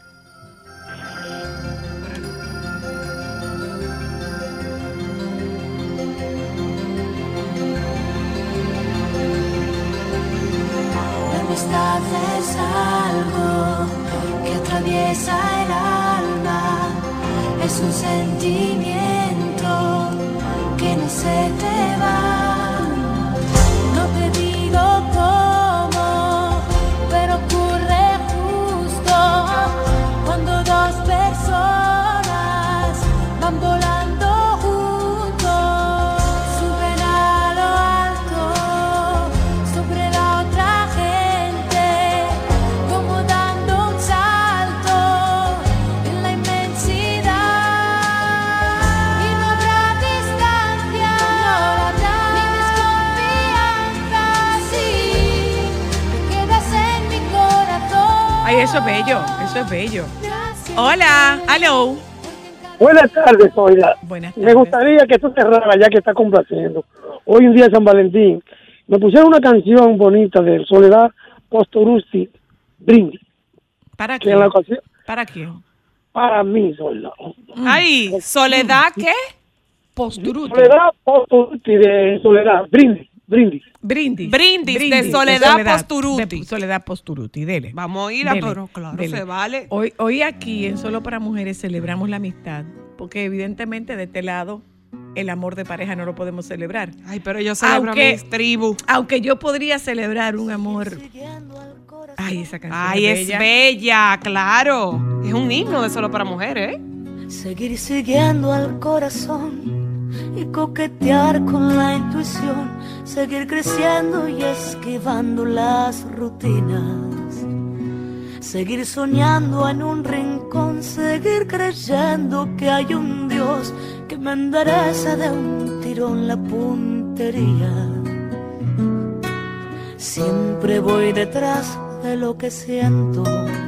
La amistad es algo que atraviesa el alma, es un sentimiento que no se te va. No te digo cómo, pero ocurre justo cuando dos personas van volando juntos, suben a lo alto sobre la otra gente, como dando un salto en la inmensidad. Y no habrá distancia, ni desconfianza, si te quedas en mi corazón. Ay, eso es bello, eso es bello. Hola, hello. Buenas tardes, Zoila. Buenas Me gustaría que esto cerrara ya que está complaciendo. Hoy en día de San Valentín. Me pusieron una canción bonita de Soledad Postorusti, Brindis. ¿Para Que en la quién? ocasión, ¿Para quién? para mí, Zoila. Ay, Soledad, ¿qué? Posturuti. Soledad Postorusti de Soledad, Brindis, Brindis. Brindis. Brindis, de Soledad Posturuti. de Soledad Posturuti, dele. Vamos a ir a, Dele, pero claro, dele. se vale. Hoy, hoy aquí en Solo para Mujeres celebramos la amistad, porque evidentemente de este lado el amor de pareja no lo podemos celebrar. Ay, pero yo celebro a mis tribus. Aunque yo podría celebrar un amor. Ay, esa canción. Ay, es bella, claro. Es un himno de Solo para Mujeres, ¿eh? Seguir siguiendo al corazón y coquetear con la intuición, seguir creciendo y esquivando las rutinas, seguir soñando en un rincón, seguir creyendo que hay un Dios que me endereza de un tirón la puntería. Siempre voy detrás de lo que siento,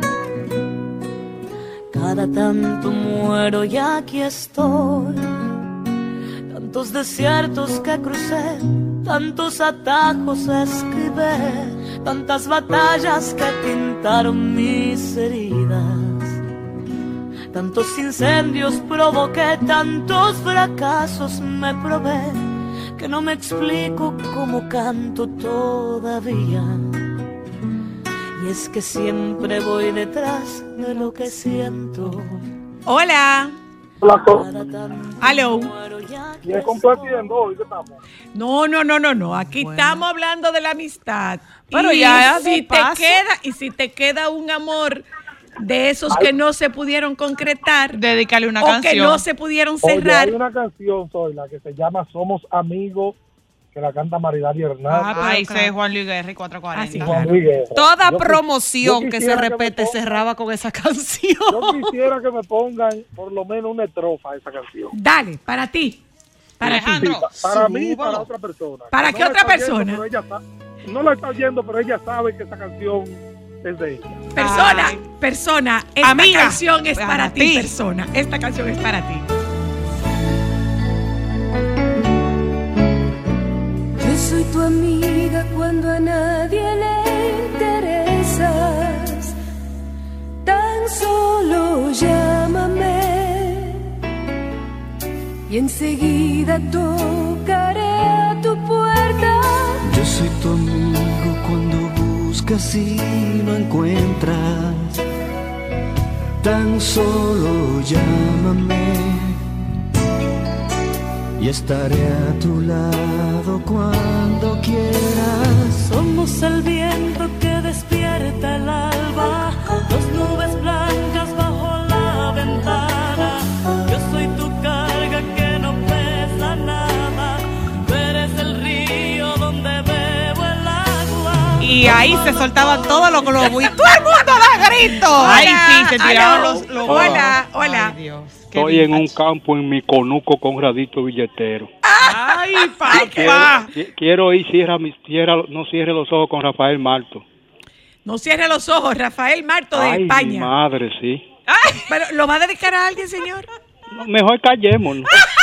cada tanto muero y aquí estoy. Tantos desiertos que crucé, tantos atajos esquivé, tantas batallas que pintaron mis heridas, tantos incendios provoqué, tantos fracasos me probé, que no me explico cómo canto todavía. Y es que siempre voy detrás de lo que siento, Hola. Hola, Hello. Y es complaciendo hoy que estamos. No, no, no, no, no. Aquí estamos hablando de la amistad. Pero y ya si de te paso. queda y si te queda un amor de esos que no se pudieron concretar, dedícale una o canción. que no se pudieron Oye, cerrar. hay una canción, soy la que se llama Somos Amigos, que la canta Maridari Hernández. Ay, sé Juan Luis Guerra, cuatro cuarenta. Juan Luis Guerra. Toda Yo qui- promoción yo que se quisiera me repete pongan- cerraba con esa canción. Yo quisiera que me pongan por lo menos una estrofa a esa canción. Dale, para ti. Para Sí, ti. pa- para mí y Súbalo. para otra persona. ¿Para No qué la otra está oyendo, persona? pero ella sa- no la está oyendo, pero ella sabe que esa canción es de ella. Persona, persona, esta Amiga, canción es para para ti, ti. persona. Esta canción es para ti. Yo soy tu amiga cuando a nadie le interesas. Tan solo llámame y enseguida tocaré a tu puerta. Yo soy tu amigo cuando buscas y no encuentras. Tan solo llámame y estaré a tu lado cuando quieras. Somos el viento que despierta el alba, dos nubes blancas bajo la ventana. Yo soy tu carga que no pesa nada, tú eres el río donde bebo el agua. Y ahí se soltaban todos los globos y todo el mundo da gritos. Ay, sí, se tiraban Aló. los, los Hola, hola. Ay, Dios. Estoy en un campo en mi conuco con Radito Billetero. Ay, Quiero, papá. qui- quiero ir, cierra, mis- cierra, no cierre los ojos con Rafael Marto. No cierre los ojos, Rafael Marto de Ay, mi España. madre, sí. Pero, ¿lo va a dedicar a alguien, señor? No, mejor callémonos.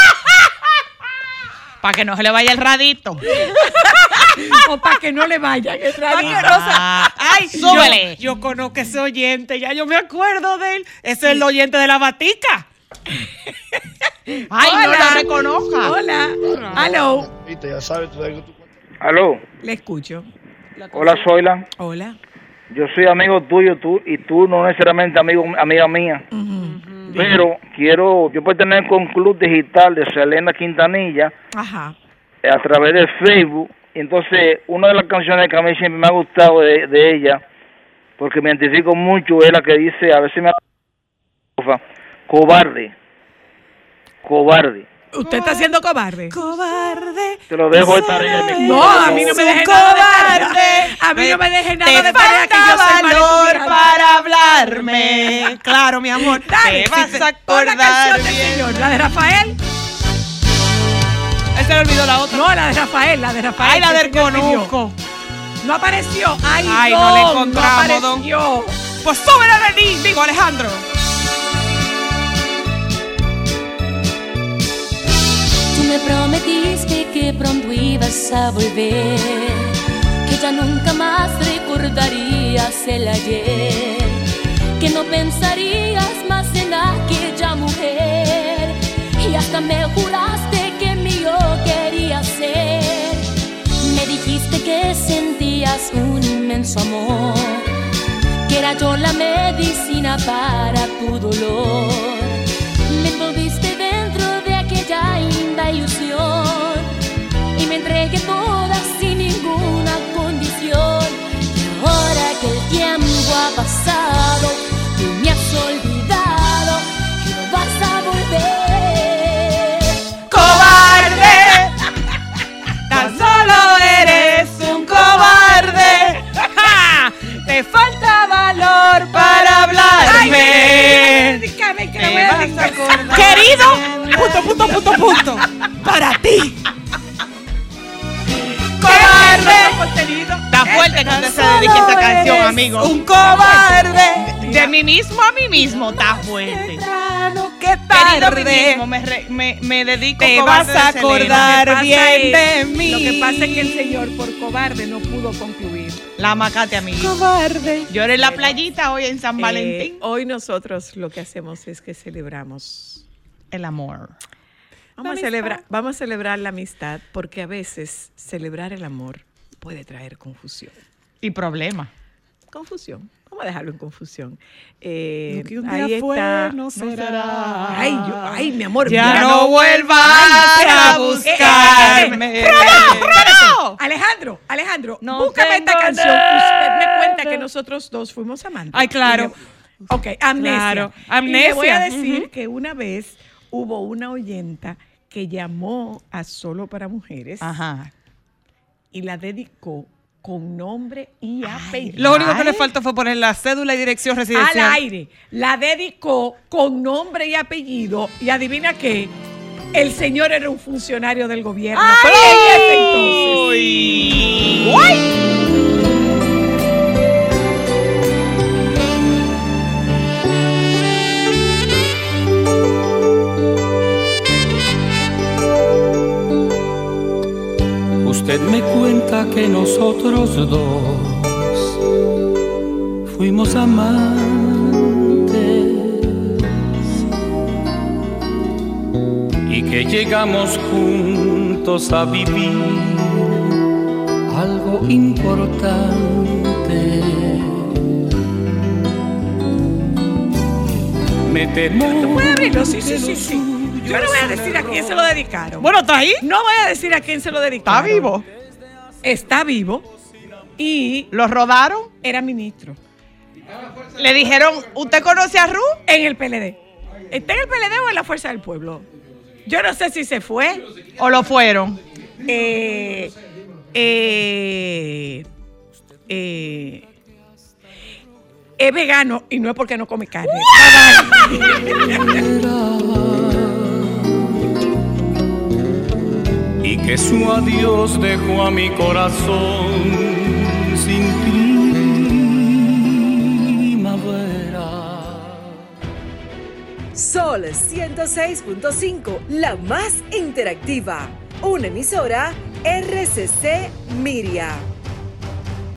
Para que no se le vaya el radito. O para que no le vayan el radito. Ah, Ay, súbele. Yo, yo conozco ese oyente, ya yo me acuerdo de él. Ese es el oyente de la batica. Ay, no Hola. lo reconozca. Hola. Aló. Ya sabes, tú sabes que tú... Aló, Le escucho. hola Zoila, Hola. yo soy amigo tuyo tú y tú no necesariamente amigo amiga mía, pero quiero, yo pertenezco a un club digital de Selena Quintanilla Ajá. eh, a través de Facebook, y entonces una de las canciones que a mí siempre me ha gustado de, de ella, porque me identifico mucho, es la que dice, a ver si me cobarde, cobarde. ¿Usted está siendo cobarde? Cobarde. Te lo dejo de tarea. en mi No, cuarto. a mí no me Es un deje nada de tarea. cobarde. A mí no me deje Te nada de tarea que yo falta soy valor María para hablarme. Claro, mi amor. Dale, Te vas sí, a pon la acordar canción del bien. señor, la de Rafael. Él se le olvidó la otra. No, la de Rafael, la de Rafael. Ay, la que el del señor pidió. conuco. No apareció. Ay, Ay, no, no le no encontramos, don. apareció. Pues súbele de ti, digo Alejandro. Tú me prometiste que pronto ibas a volver, que ya nunca más recordarías el ayer, que no pensarías más en aquella mujer, y hasta me juraste que mío querías ser. Me dijiste que sentías un inmenso amor, que era yo la medicina para tu dolor. Me envolviste dentro de aquella linda ilusión y me entregué toda sin ninguna condición. Y ahora que el tiempo ha pasado, tú me has olvidado y no vas a volver. ¡Cobarde! Tan solo eres un cobarde. ¡Ja! Te falta valor para hablarme. Dígame que Te le voy a vas a dedicar. acordar. Querido, punto, punto, punto, punto. Para ti. Cobarde. Contenido. Está fuerte cuando se dedique esta canción, amigo. Un cobarde. De mí mismo a mí mismo, está fuerte. Qué Querido a mí tarde. mismo, me, re- me, me dedico Te cobarde vas a de Selena. acordar Lo que pasa bien de es- mí. Lo que pasa es que el señor por cobarde no pudo concluir. La macate, amigo. Cobarde. Yo en la playita hoy en San Eh, Valentín. hoy nosotros lo que hacemos es que celebramos. El amor. Vamos a, celebrar, vamos a celebrar la amistad porque a veces celebrar el amor puede traer confusión. Y problema. confusión. Vamos a dejarlo en confusión. Eh, Lo que un día ahí fue, está. no será. Ay, yo, ay, mi amor. Ya mira, no vuelvas Ay, a espérate. buscarme. Eh, eh, eh, espérate, espérate. Alejandro, Alejandro, No búscame esta tengo canción. Usted me cuenta que nosotros dos fuimos amantes. Ay, claro. Y me- Ok, amnesia. Claro, Y amnesia. le voy a decir Ujú. que una vez hubo una oyenta que llamó a Solo para Mujeres y la dedicó con nombre y apellido. Lo único que le faltó fue poner la cédula y dirección residencial. Al aire. La dedicó con nombre y apellido. Y adivina qué. El señor era un funcionario del gobierno. Pero en ese entonces. ¡Guay! Usted me cuenta que nosotros dos fuimos amantes y que llegamos juntos a vivir algo importante. Me temo. ¿Tú puedes abrirlo? Sí, sí, sí, sí. Yo no voy a decir a quién se lo dedicaron. Bueno, ¿está ahí? No voy a decir a quién se lo dedicaron. ¿Está vivo? Está vivo. Y... ¿Lo rodaron? Era ministro. Le dijeron, ¿usted conoce a Ru? En el P L D. ¿Está en el P L D o en la Fuerza del Pueblo? Yo no sé si se fue. ¿O lo fueron? Eh... Eh... Eh... Es vegano y no es porque no come carne. Y que su adiós dejó a mi corazón sin primavera. Sol ciento seis punto cinco, la más interactiva. Una emisora R C C Miria.